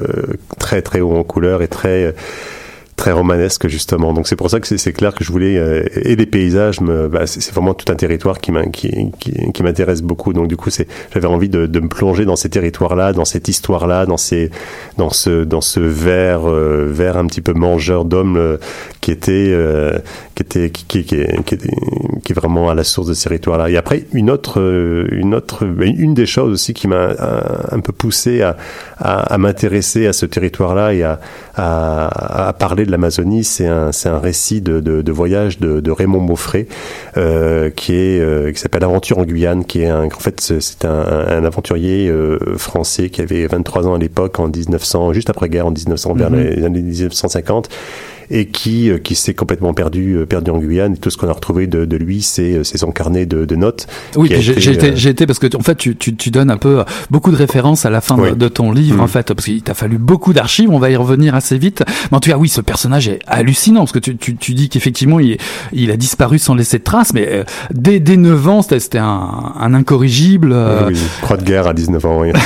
très très hauts en couleur et très très romanesque justement. Donc c'est pour ça que c'est, c'est clair que je voulais euh, et les paysages me bah, c'est, c'est vraiment tout un territoire qui, qui, qui, qui m'intéresse beaucoup. Donc du coup c'est j'avais envie de, de me plonger dans ces territoires-là, dans cette histoire-là, dans ces dans ce dans ce vers euh, vers un petit peu mangeur d'hommes euh, qui était euh, qui était qui qui, qui, qui, était, qui est vraiment à la source de ces territoires-là. Et après une autre une autre une des choses aussi qui m'a un, un peu poussé à, à à m'intéresser à ce territoire-là et à à, à parler de l'Amazonie, c'est un c'est un récit de de, de voyage de, de Raymond Beaufray euh, qui est euh, qui s'appelle Aventure en Guyane, qui est un en fait c'est, c'est un, un aventurier euh, français qui avait vingt-trois ans à l'époque en dix-neuf cents, juste après guerre en dix-neuf cents, mm-hmm. vers les années dix-neuf cent cinquante. Et qui qui s'est complètement perdu perdu en Guyane, et tout ce qu'on a retrouvé de, de lui c'est c'est son carnet de, de notes. Oui, j'ai, été, j'ai été j'ai été parce que en fait tu tu tu donnes un peu beaucoup de références à la fin oui. de, de ton livre mmh. en fait, parce qu'il t'a fallu beaucoup d'archives, on va y revenir assez vite. Mais en tout cas oui, ce personnage est hallucinant parce que tu tu tu dis qu'effectivement il il a disparu sans laisser de traces, mais euh, dès dès neuf ans c'était c'était un un incorrigible. Euh... Oui, oui, croix de guerre à dix-neuf ans. Oui,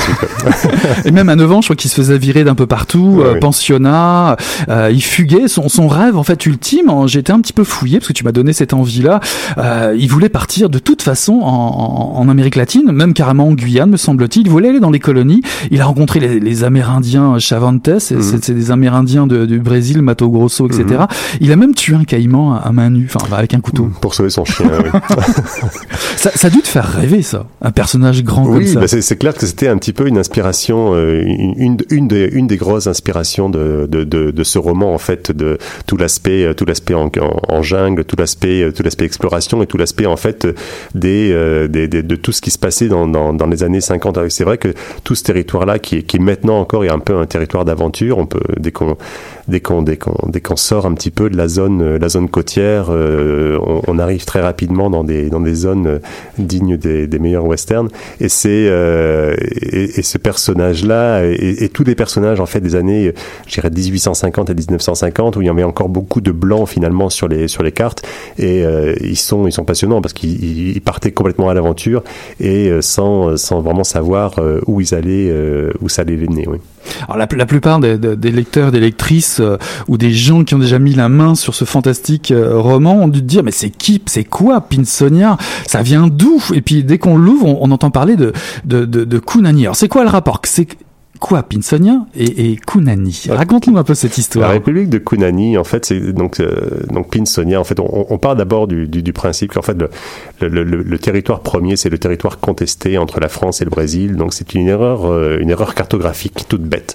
et même à neuf ans, je crois qu'il se faisait virer d'un peu partout, oui, euh, oui. pensionnat, euh, il fuguait. Son Son rêve, en fait, ultime, j'ai été un petit peu fouillé parce que tu m'as donné cette envie-là. Euh, il voulait partir de toute façon en, en, en Amérique latine, même carrément en Guyane, me semble-t-il. Il voulait aller dans les colonies. Il a rencontré les, les Amérindiens Chavantes, c'est, mmh. c'est, c'est des Amérindiens de, du Brésil, Mato Grosso, et cetera. Mmh. Il a même tué un caïman à main nue, enfin avec un couteau. Pour sauver son chien, oui. ça, ça a dû te faire rêver, ça, un personnage grand oui, comme ça. Bah c'est, c'est clair que c'était un petit peu une inspiration, euh, une, une, une, des, une des grosses inspirations de, de, de, de ce roman, en fait, de tout l'aspect, tout l'aspect en, en, en jungle, tout l'aspect, tout l'aspect exploration et tout l'aspect en fait des, euh, des, des de tout ce qui se passait dans, dans, dans les années cinquante. C'est vrai que tout ce territoire-là, qui, qui maintenant encore est un peu un territoire d'aventure, on peut dès qu'on dès qu'on dès qu'on dès qu'on sort un petit peu de la zone la zone côtière, euh, on, on arrive très rapidement dans des dans des zones dignes des, des meilleurs westerns. Et c'est euh, et, et ce personnage-là et, et tous les personnages en fait des années, je dirais dix-huit cent cinquante à dix-neuf cent cinquante, où il y avait encore beaucoup de blancs finalement sur les sur les cartes, et euh, ils sont ils sont passionnants parce qu'ils ils partaient complètement à l'aventure et euh, sans sans vraiment savoir euh, où ils allaient euh, où ça allait les mener. Oui. Alors la, la plupart des, des lecteurs et des lectrices euh, ou des gens qui ont déjà mis la main sur ce fantastique euh, roman ont dû te dire mais c'est qui, c'est quoi Pinsonia, ça vient d'où? Et puis dès qu'on l'ouvre, on, on entend parler de de de, de Kunani. Alors c'est quoi le rapport? C'est quoi Pinsonia et, et Kunani? Raconte-nous un peu cette histoire. La République de Kunani, en fait, c'est donc euh, donc Pinsonia. En fait, on, on part d'abord du, du, du principe qu'en fait le, le, le, le territoire premier, c'est le territoire contesté entre la France et le Brésil. Donc c'est une erreur, euh, une erreur cartographique toute bête.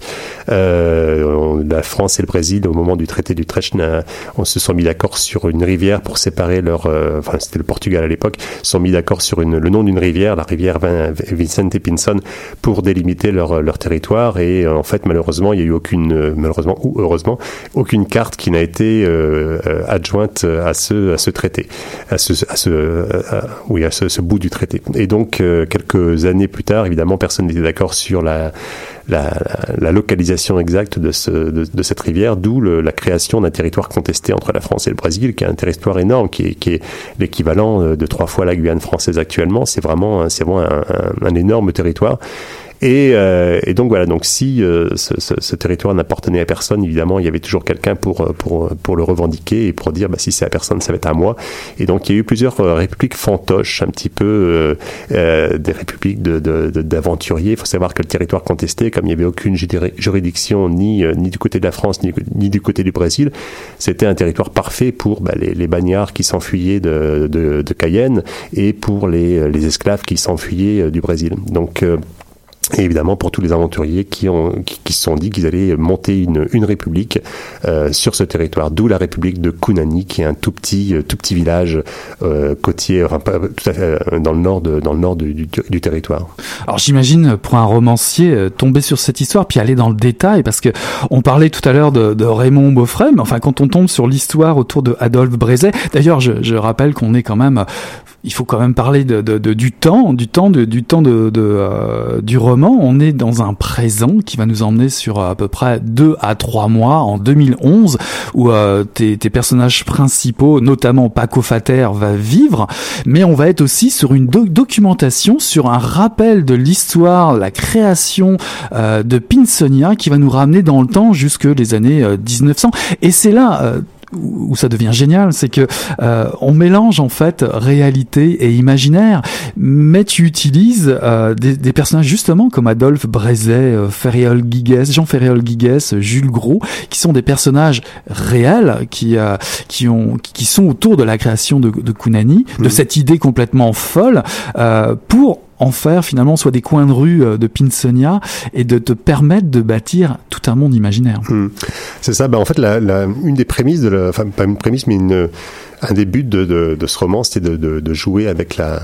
Euh, on, la France et le Brésil, au moment du traité d'Utrecht, on se sont mis d'accord sur une rivière pour séparer leur. Euh, enfin, c'était le Portugal à l'époque. Se sont mis d'accord sur une, le nom d'une rivière, la rivière Vicente Pinson, pour délimiter leur leur territoire. Et euh, en fait, malheureusement, il y a eu aucune, euh, malheureusement ou heureusement, aucune carte qui n'a été euh, euh, adjointe à ce à ce traité, à ce à ce à, oui à ce, ce bout du traité. Et donc euh, quelques années plus tard, évidemment, personne n'était d'accord sur la La, la, la localisation exacte de, ce, de, de cette rivière, d'où le, la création d'un territoire contesté entre la France et le Brésil, qui est un territoire énorme, qui est, qui est l'équivalent de trois fois la Guyane française actuellement. C'est vraiment, c'est vraiment un, un, un énorme territoire. Et, euh, et donc voilà, donc si euh, ce, ce, ce territoire n'appartenait à personne, évidemment, il y avait toujours quelqu'un pour pour pour le revendiquer et pour dire bah si c'est à personne, ça va être à moi. Et donc il y a eu plusieurs euh, républiques fantoches, un petit peu euh, euh, des républiques de, de, de d'aventuriers. Il faut savoir que le territoire contesté, comme il n'y avait aucune juridiction ni euh, ni du côté de la France ni, ni du côté du Brésil, c'était un territoire parfait pour bah, les, les bagnards qui s'enfuyaient de, de de Cayenne et pour les les esclaves qui s'enfuyaient du Brésil. Donc euh, Et évidemment pour tous les aventuriers qui ont qui, qui se sont dit qu'ils allaient monter une une république euh, sur ce territoire, d'où la république de Kunani, qui est un tout petit tout petit village euh, côtier, enfin pas tout à fait euh, dans le nord de, dans le nord du, du, du territoire. Alors j'imagine pour un romancier euh, tomber sur cette histoire puis aller dans le détail, parce que on parlait tout à l'heure de, de Raymond Beaufret, mais enfin quand on tombe sur l'histoire autour de Adolphe Brézet, d'ailleurs je, je rappelle qu'on est quand même il faut quand même parler de, de, de du temps, du temps, de, du temps de, de euh, du roman. On est dans un présent qui va nous emmener sur à peu près deux à trois mois en deux mille onze, où euh, tes, tes personnages principaux, notamment Paco Fater, va vivre. Mais on va être aussi sur une do- documentation, sur un rappel de l'histoire, la création euh, de Pinsonia, qui va nous ramener dans le temps jusque les années euh, dix-neuf cents. Et c'est là. Euh, où ça devient génial, c'est que euh, on mélange en fait réalité et imaginaire, mais tu utilises euh, des, des personnages justement comme Adolphe Brézet, euh, Ferréol Guiguès, Jean Ferréol Guiguès, Jules Gros, qui sont des personnages réels, qui euh, qui ont qui sont autour de la création de, de Kunani, mmh. de cette idée complètement folle, euh, pour en faire finalement soit des coins de rue de Pinsonia et de te permettre de bâtir tout un monde imaginaire. Mmh. C'est ça. Ben en fait, la, la, une des prémices de, la, enfin pas une prémisse, mais une, un des buts de, de, de ce roman, c'était de, de, de jouer avec la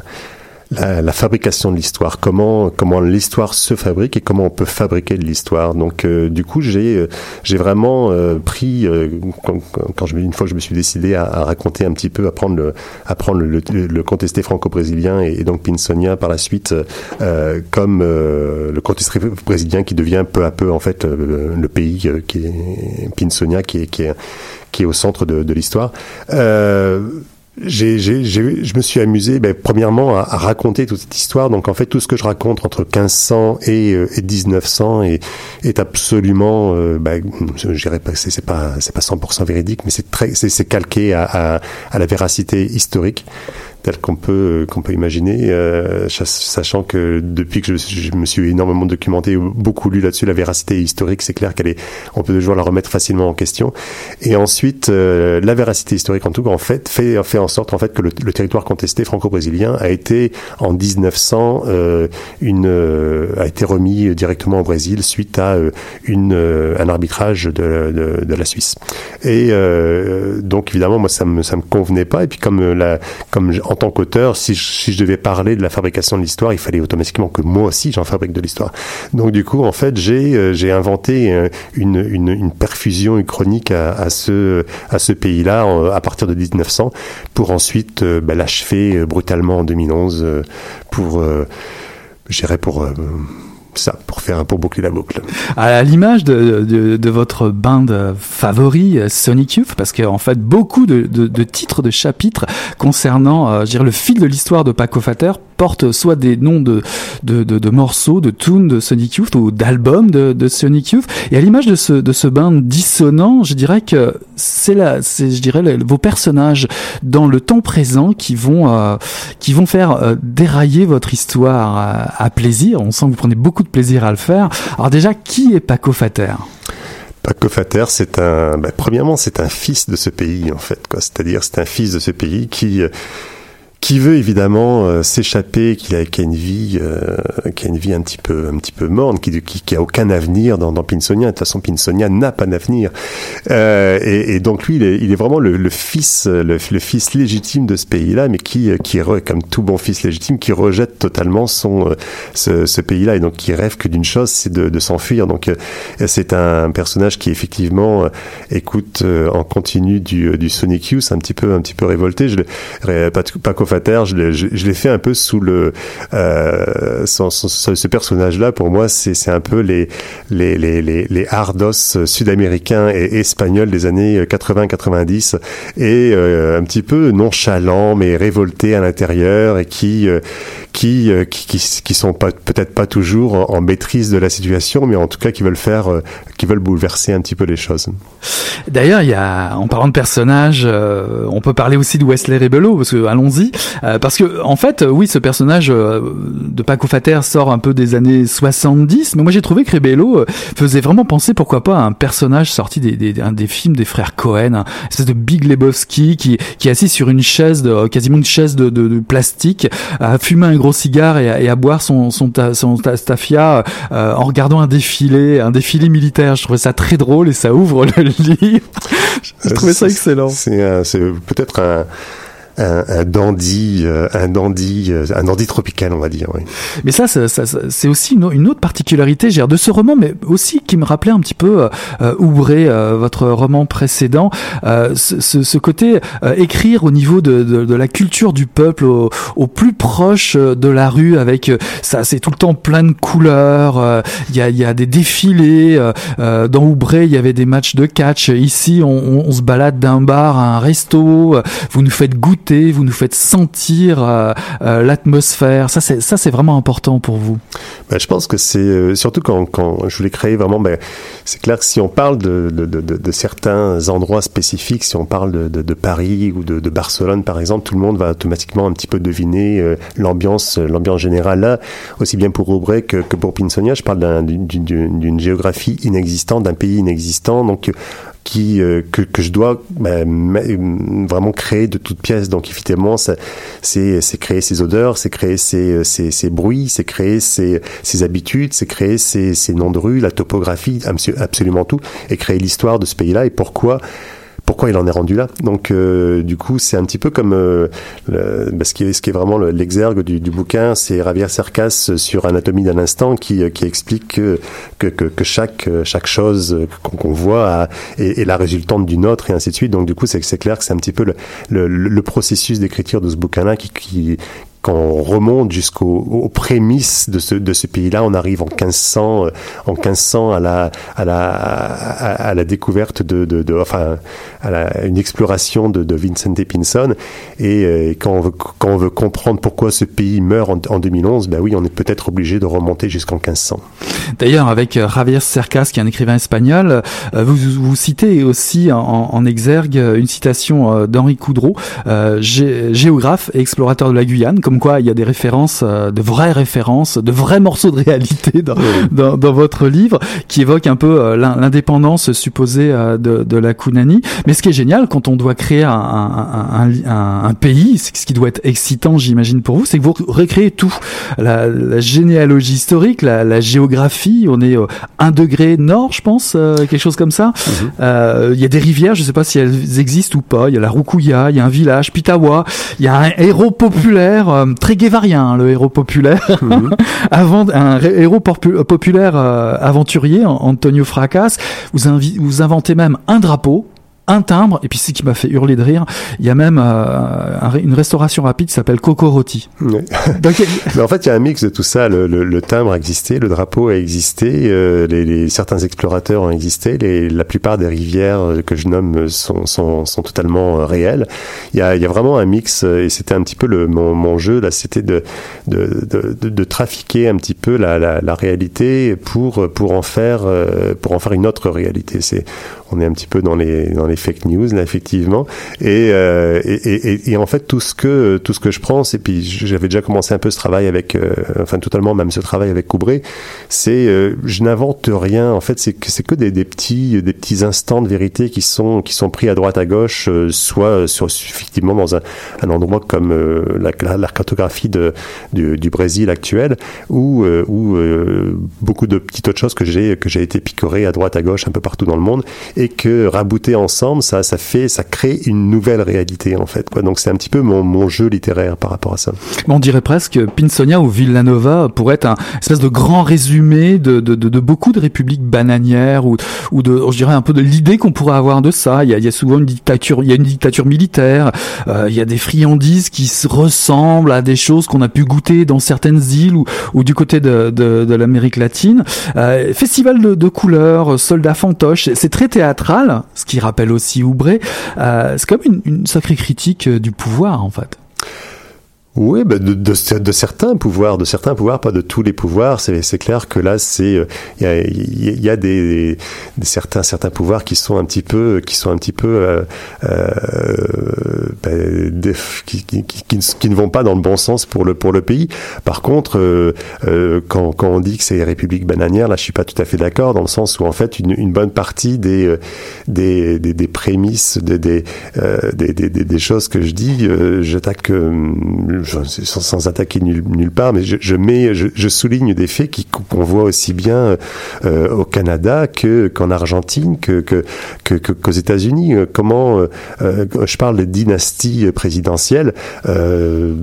La, la fabrication de l'histoire, comment comment l'histoire se fabrique et comment on peut fabriquer de l'histoire. Donc euh, du coup j'ai j'ai vraiment euh, pris euh, quand, quand je une fois que je me suis décidé à, à raconter un petit peu, à prendre le à prendre le, le, le contesté franco-brésilien et, et donc Pinsonia par la suite euh, comme euh, le contesté brésilien qui devient peu à peu en fait euh, le pays euh, qui est Pinsonia qui est qui est qui est au centre de, de l'histoire. Euh, J'ai, j'ai, j'ai, je me suis amusé, ben, premièrement, à, à raconter toute cette histoire. Donc, en fait, tout ce que je raconte entre quinze cents et, euh, et dix-neuf cents est, est absolument, euh, ben, je dirais pas, c'est, c'est pas, c'est pas cent pour cent véridique, mais c'est très, c'est, c'est calqué à, à, à la véracité historique telle qu'on peut qu'on peut imaginer, euh, sachant que depuis que je, je me suis énormément documenté, beaucoup lu là-dessus, la véracité historique, c'est clair qu'elle est, on peut toujours la remettre facilement en question. Et ensuite, euh, la véracité historique, en tout cas, en fait, fait fait en sorte en fait que le, le territoire contesté franco-brésilien a été en dix-neuf cents euh, une euh, a été remis directement au Brésil suite à euh, une euh, un arbitrage de, de de la Suisse. Et euh, donc évidemment, moi ça me ça me convenait pas. Et puis comme la comme en tant qu'auteur, si je, si je devais parler de la fabrication de l'histoire, il fallait automatiquement que moi aussi j'en fabrique de l'histoire. Donc du coup, en fait, j'ai euh, j'ai inventé euh, une, une une perfusion, une chronique à, à ce à ce pays-là euh, à partir de dix-neuf cents, pour ensuite euh, bah, l'achever euh, brutalement en deux mille onze euh, pour, euh, je dirais pour euh, ça, pour faire pour boucler la boucle. À l'image de, de, de votre band favori, Sonic Youth, parce qu'en fait, beaucoup de, de, de titres, de chapitres concernant, euh, je dirais, le fil de l'histoire de Paco Fater portent soit des noms de de de, de morceaux, de tunes de Sonic Youth ou d'albums de, de Sonic Youth. Et à l'image de ce de ce band dissonant, je dirais que c'est la c'est je dirais le, vos personnages dans le temps présent qui vont euh, qui vont faire euh, dérailler votre histoire à, à plaisir. On sent que vous prenez beaucoup de plaisir à le faire. Alors déjà, qui est Paco Fater ? Paco Fater, c'est un, bah, premièrement, c'est un fils de ce pays, en fait, quoi. C'est-à-dire, c'est un fils de ce pays qui, euh, qui veut évidemment euh, s'échapper, qui a, qui a une vie, euh, qui a une vie un petit peu, un petit peu morne, qui, qui, qui a aucun avenir dans, dans Pinsonia. De toute façon, Pinsonia n'a pas d'avenir. Euh, et, et donc lui, il est, il est vraiment le, le fils, le, le fils légitime de ce pays-là, mais qui, qui, comme tout bon fils légitime, qui rejette totalement son, ce, ce pays-là, et donc qui rêve que d'une chose, c'est de, de s'enfuir. Donc c'est un personnage qui effectivement écoute en continu du, du Sonic Youth, un petit peu, un petit peu révolté. Je l'ai, Paco Fater, je l'ai, je, je l'ai fait un peu sous le euh, son, son, ce personnage-là. Pour moi, c'est, c'est un peu les les les les, les hardos sud-américains et espagnols des années quatre-vingts quatre-vingt-dix, et euh, un petit peu nonchalant mais révolté à l'intérieur, et qui euh, qui, euh, qui qui qui sont pas peut-être pas toujours en, en maîtrise de la situation, mais en tout cas qui veulent faire euh, qui veulent bouleverser un petit peu les choses. D'ailleurs, il y a, en parlant de personnages, euh, on peut parler aussi de Wesley Rebello, parce que allons-y, euh, parce que en fait, oui, ce personnage euh, de Paco Fater sort un peu des années soixante-dix, mais moi j'ai trouvé que Rebello euh, faisait vraiment penser, pourquoi pas, à un personnage sorti des des, un des films des frères Cohen, un espèce de Big Lebowski qui qui est assis sur une chaise, de, quasiment une chaise de, de, de plastique, à fumer un gros cigare et à, et à boire son son ta, son staffia euh, en regardant un défilé, un défilé militaire. Je trouvais ça très drôle et ça ouvre le livre. J'ai trouvé ça excellent. C'est, un, c'est peut-être un, un, un dandy, euh, un dandy, euh, un dandy tropical, on va dire. Oui. Mais ça, ça, ça, c'est aussi une, une autre particularité, j'ai de ce roman, mais aussi qui me rappelait un petit peu euh, Oubré, euh, votre roman précédent, euh, ce, ce, ce côté euh, écrire au niveau de, de, de la culture du peuple, au, au plus proche de la rue, avec euh, ça, c'est tout le temps plein de couleurs. Il euh, y a, il y a des défilés. Euh, dans Oubré, il y avait des matchs de catch. Ici, on, on, on se balade d'un bar à un resto. Vous nous faites goûter. Vous nous faites sentir euh, euh, l'atmosphère. Ça, c'est ça, c'est vraiment important pour vous. Ben, je pense que c'est euh, surtout quand, quand je voulais créer vraiment. Ben, c'est clair que si on parle de, de, de, de certains endroits spécifiques, si on parle de, de, de Paris ou de, de Barcelone, par exemple, tout le monde va automatiquement un petit peu deviner euh, l'ambiance, l'ambiance générale là, aussi bien pour Oubré que, que pour Pinsonia. Je parle d'un, d'une, d'une, d'une géographie inexistante, d'un pays inexistant, donc qui euh, que que je dois ben, vraiment créer de toutes pièces. Donc effectivement, ça, c'est c'est créer ces odeurs, c'est créer ces ces ces bruits, c'est créer ces ces habitudes, c'est créer ces ces noms de rues, la topographie, absolument tout, et créer l'histoire de ce pays-là et pourquoi. Pourquoi il en est rendu là. Donc, euh, du coup, c'est un petit peu comme euh, le, bah, ce, qui est, ce qui est vraiment le, l'exergue du, du bouquin, c'est Javier Cercas sur Anatomie d'un instant qui, qui explique que, que, que, que chaque, chaque chose qu'on, qu'on voit a, est, est la résultante d'une autre et ainsi de suite. Donc, du coup, c'est, c'est clair que c'est un petit peu le, le, le processus d'écriture de ce bouquin-là qui, qui quand on remonte jusqu'aux aux prémices de ce de ce pays-là, on arrive en quinze cents, en quinze cents à la à la à, à la découverte de, de, de enfin à la, une exploration de, de Vicente Pinson. Et, et quand on veut quand on veut comprendre pourquoi ce pays meurt en, en deux mille onze, ben oui, on est peut-être obligé de remonter jusqu'en quinze cents. D'ailleurs, avec Javier Cercas, qui est un écrivain espagnol, vous vous citez aussi en, en exergue une citation d'Henri Coudreau, euh, gé, géographe et explorateur de la Guyane. Comme quoi, il y a des références, de vraies références, de vrais morceaux de réalité dans, oui. dans, dans votre livre, qui évoquent un peu l'indépendance supposée de, de la Kunani. Mais ce qui est génial, quand on doit créer un, un, un, un, un pays, ce qui doit être excitant, j'imagine, pour vous, c'est que vous recréez tout. La, la généalogie historique, la, la géographie, on est un degré nord, je pense, euh, quelque chose comme ça. Il mm-hmm. euh, y a des rivières, je sais pas si elles existent ou pas. Il y a la Roukouya, il y a un village, Pitawa, il y a un héros populaire, euh, très guévarien, hein, le héros populaire. Mm-hmm. Avant, un ré- héros porpu- populaire euh, aventurier, Antonio Fracas. Vous, invi- vous inventez même un drapeau. un timbre, et puis ce qui m'a fait hurler de rire, il y a même euh, un, une restauration rapide qui s'appelle Coco Roti. Oui. Donc, mais en fait, il y a un mix de tout ça. Le, le, le timbre a existé, le drapeau a existé, euh, les, les, certains explorateurs ont existé, les, la plupart des rivières que je nomme sont, sont, sont totalement réelles. Il y a, il y a vraiment un mix, et c'était un petit peu le, mon, mon jeu, là, c'était de, de, de, de, de trafiquer un petit peu la, la, la réalité pour, pour, en faire, pour en faire une autre réalité. C'est, on est un petit peu dans les, dans les fake news là effectivement et, euh, et, et, et en fait tout ce que tout ce que je prends, et puis j'avais déjà commencé un peu ce travail avec euh, enfin totalement même ce travail avec Coubré, c'est euh, je n'invente rien en fait, c'est que c'est que des, des petits des petits instants de vérité qui sont qui sont pris à droite à gauche, euh, soit sur effectivement dans un, un endroit comme euh, la, la, la cartographie de du, du Brésil actuel, ou euh, ou euh, beaucoup de petites autres choses que j'ai que j'ai été picoré à droite à gauche un peu partout dans le monde, et que rabouter ensemble, ça, ça fait, ça crée une nouvelle réalité en fait, quoi. Donc c'est un petit peu mon, mon jeu littéraire par rapport à ça. On dirait presque Pinsonia ou Villanova pourrait être un espèce de grand résumé de, de, de, de beaucoup de républiques bananières, ou, ou de, je dirais un peu de l'idée qu'on pourrait avoir de ça. Il y a, il y a souvent une dictature, il y a une dictature militaire, euh, il y a des friandises qui se ressemblent à des choses qu'on a pu goûter dans certaines îles ou, ou du côté de, de, de l'Amérique latine. Euh, festival de, de couleurs, soldats fantoches, c'est très théâtral, ce qui rappelle aussi Oubré. Euh, c'est comme une, une sacrée critique du pouvoir en fait. Oui, bah de, de, de certains pouvoirs, de certains pouvoirs, pas de tous les pouvoirs. C'est, c'est clair que là, c'est il y a, il y a des, des certains certains pouvoirs qui sont un petit peu, qui sont un petit peu, euh, euh, bah, des, qui, qui, qui, qui ne vont pas dans le bon sens pour le pour le pays. Par contre, euh, euh, quand quand on dit que c'est les républiques bananières, là, je suis pas tout à fait d'accord, dans le sens où en fait une, une bonne partie des des des, des prémices, des des, euh, des des des choses que je dis, euh, j'attaque. Euh, Sans, sans attaquer nulle, nulle part, mais je, je mets, je, je souligne des faits qui, qu'on voit aussi bien euh, au Canada que qu'en Argentine, que, que, que, que qu'aux États-Unis. Comment euh, je parle de dynastie présidentielle, euh,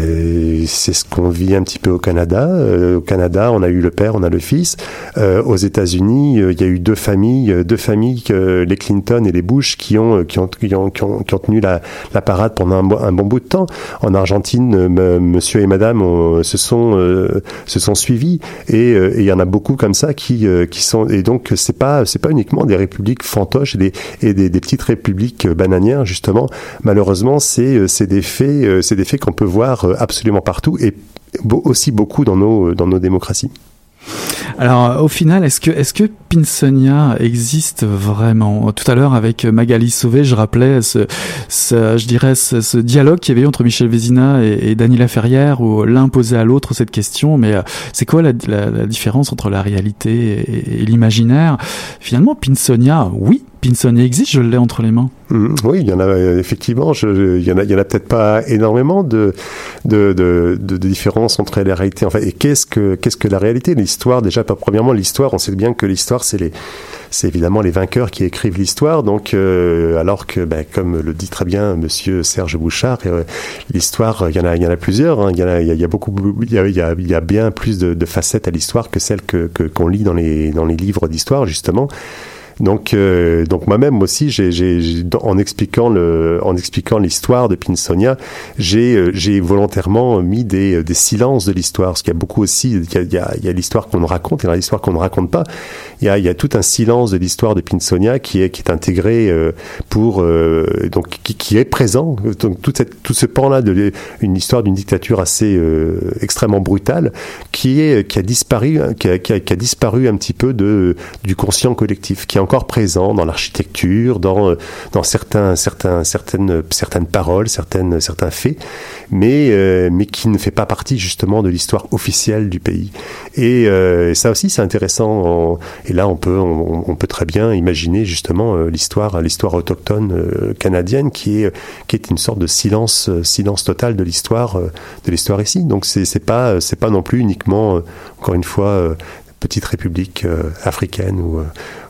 ben c'est ce qu'on vit un petit peu au Canada. Euh, au Canada, on a eu le père, on a le fils. Euh, aux États-Unis, il y a eu deux familles, deux familles, euh, les Clinton et les Bush, qui ont qui ont qui ont qui ont, qui ont tenu la, la parade pendant un, un bon bout de temps. En Argentine, monsieur et madame ont, se sont euh, se sont suivis, et il euh, y en a beaucoup comme ça qui euh, qui sont, et donc c'est pas c'est pas uniquement des républiques fantoches et des et des, des petites républiques bananières, justement. Malheureusement, c'est c'est des faits c'est des faits qu'on peut voir absolument partout, et aussi beaucoup dans nos dans nos démocraties. Alors, au final, est-ce que, est-ce que Pinsonia existe vraiment? Tout à l'heure, avec Magali Sauvé, je rappelais ce, ce je dirais, ce, ce dialogue qu'il y avait eu entre Michel Vézina et, et Dany Laferrière, où l'un posait à l'autre cette question, mais euh, c'est quoi la, la, la différence entre la réalité et, et l'imaginaire? Finalement, Pinsonia, oui, Pinsonia existe, je l'ai entre les mains. Mmh, oui, il y en a effectivement. Je, je, il y en a, il y en a peut-être pas énormément de de de, de, de différences entre la réalité. Enfin, et qu'est-ce que qu'est-ce que la réalité? L'histoire, déjà, pas premièrement l'histoire. On sait bien que l'histoire, c'est les c'est évidemment les vainqueurs qui écrivent l'histoire. Donc, euh, alors que, ben, comme le dit très bien Monsieur Serge Bouchard, euh, l'histoire, il y en a, il y en a plusieurs. Hein. Il y en a, il y a beaucoup, il y a, il y a, il y a bien plus de, de facettes à l'histoire que celles que, que qu'on lit dans les dans les livres d'histoire, justement. Donc, euh, donc moi-même aussi, j'ai, j'ai, j'ai, en expliquant le, en expliquant l'histoire de Pinsonia, j'ai, j'ai volontairement mis des, des silences de l'histoire, parce qu'il y a beaucoup aussi, il y a, il y a, il y a l'histoire qu'on raconte et l'histoire qu'on ne raconte pas. Il y a, il y a tout un silence de l'histoire de Pinsonia qui est, qui est intégré euh, pour, euh, donc qui, qui est présent. Donc toute cette, tout ce pan-là de une histoire d'une dictature assez euh, extrêmement brutale, qui est, qui a disparu, qui a, qui a, qui a disparu un petit peu de du conscient collectif, qui est encore présent dans l'architecture, dans dans certains certains certaines certaines paroles, certaines certains faits, mais euh, mais qui ne fait pas partie justement de l'histoire officielle du pays. Et, euh, et ça aussi c'est intéressant. En, et là on peut on, on peut très bien imaginer justement euh, l'histoire l'histoire autochtone euh, canadienne qui est qui est une sorte de silence silence total de l'histoire euh, de l'histoire ici. Donc c'est c'est pas c'est pas non plus uniquement euh, encore une fois euh, petite république euh, africaine ou, euh,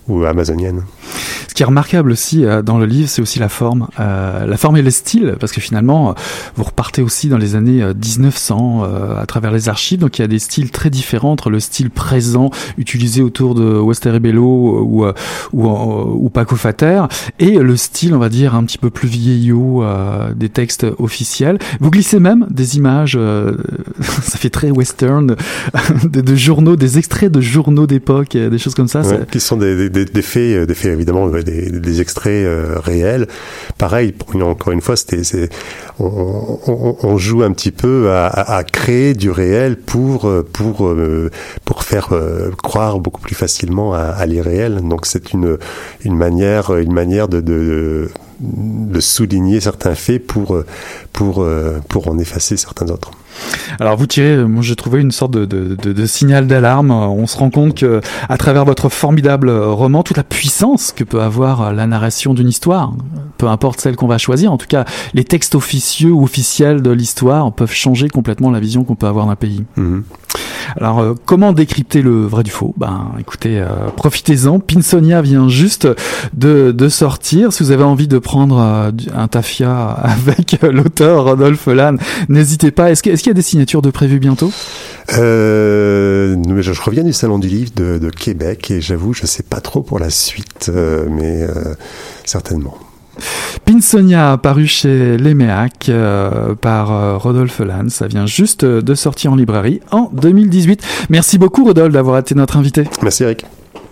ou amazonienne. Ce qui est remarquable aussi euh, dans le livre, c'est aussi la forme, euh, la forme et le style, parce que finalement, euh, vous repartez aussi dans les années euh, dix-neuf cents euh, à travers les archives, donc il y a des styles très différents entre le style présent utilisé autour de Wester et Bello ou euh, ou, euh, ou Paco Fater et le style, on va dire, un petit peu plus vieillot euh, des textes officiels. Vous glissez même des images, euh, ça fait très western, de, de journaux, des extraits de journaux d'époque, des choses comme ça. Ouais, qui sont des, des, des faits, des faits évidemment. Des, des extraits euh, réels. Pareil, pour une, encore une fois, c'était, c'est, on, on, on joue un petit peu à, à, à créer du réel pour pour euh, pour faire euh, croire beaucoup plus facilement à, à l'irréel. Donc c'est une une manière une manière de, de de souligner certains faits pour pour pour en effacer certains autres. Alors vous tirez, moi j'ai trouvé une sorte de, de, de, de signal d'alarme. On se rend compte que à travers votre formidable roman, toute la puissance que peut avoir la narration d'une histoire, peu importe celle qu'on va choisir, en tout cas les textes officieux ou officiels de l'histoire peuvent changer complètement la vision qu'on peut avoir d'un pays. Mmh. Alors euh, comment décrypter le vrai du faux ? Ben écoutez, euh, profitez-en. Pinsonia vient juste de, de sortir. Si vous avez envie de prendre euh, un tafia avec euh, l'auteur Rodolphe Lannes, n'hésitez pas. Est-ce, que, est-ce qu'il y a des signatures de prévues bientôt ? Euh, je, je reviens du Salon du Livre de, de Québec et j'avoue, je sais pas trop pour la suite, euh, mais euh, certainement. Pinsonia, paru chez Léméac euh, par euh, Rodolphe Lannes. Ça vient juste de sortir en librairie en deux mille dix-huit. Merci beaucoup Rodolphe d'avoir été notre invité. Merci Eric.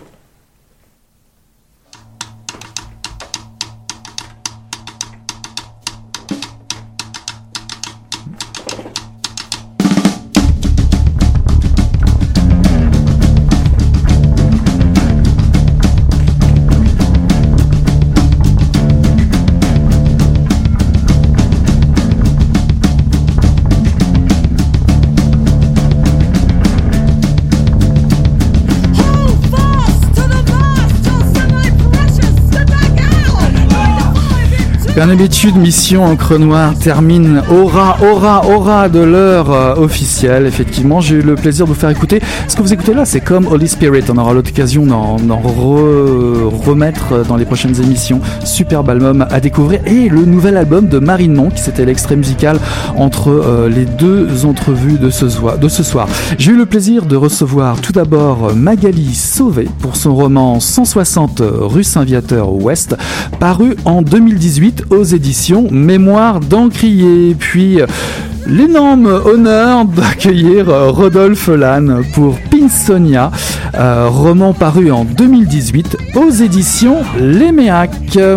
Comme d'habitude, Mission Encre Noire termine aura, aura, aura de l'heure euh, officielle. Effectivement, j'ai eu le plaisir de vous faire écouter. Ce que vous écoutez là, c'est comme Holy Spirit. On aura l'occasion d'en, d'en re, remettre dans les prochaines émissions. Superbe album à découvrir. Et le nouvel album de Marine Monk, qui c'était l'extrait musical entre euh, les deux entrevues de ce, soir, de ce soir. J'ai eu le plaisir de recevoir tout d'abord Magali Sauvé pour son roman cent soixante rue Saint-Viateur Ouest, paru en deux mille dix-huit aux éditions Mémoire d'Encrier. Puis l'énorme honneur d'accueillir Rodolphe Lannes pour Pinsonia, euh, roman paru en deux mille dix-huit aux éditions Léméac.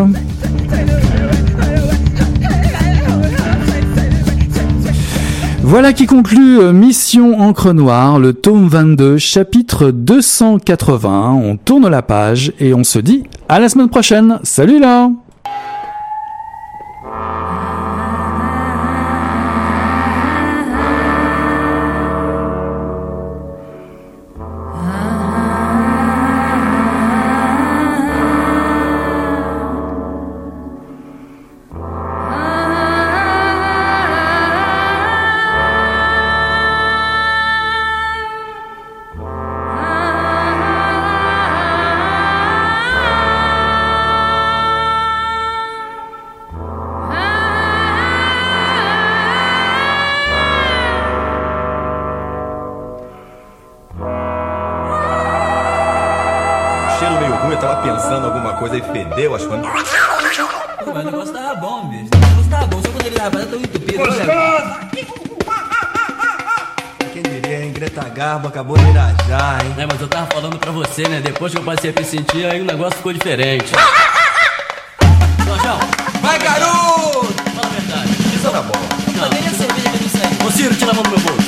Voilà qui conclut Mission Encre Noire, le tome vingt-deux, chapitre deux cent quatre-vingts. On tourne la page et on se dit à la semaine prochaine. Salut là! Coisa e fedeu, acho que. Pô, mas o negócio tava bom, bicho. O negócio tava bom, só quando ele tava tão entupido. Quem diria, hein? Greta Garbo acabou de irajar, hein? É, mas eu tava falando pra você, né? Depois que eu passei a me sentir, aí o negócio ficou diferente. Jorjão, vai, garoto! Fala a verdade. Isso era bom. Não, nem a cerveja que eu não sei. Ô, Ciro, tira a mão do meu bolso.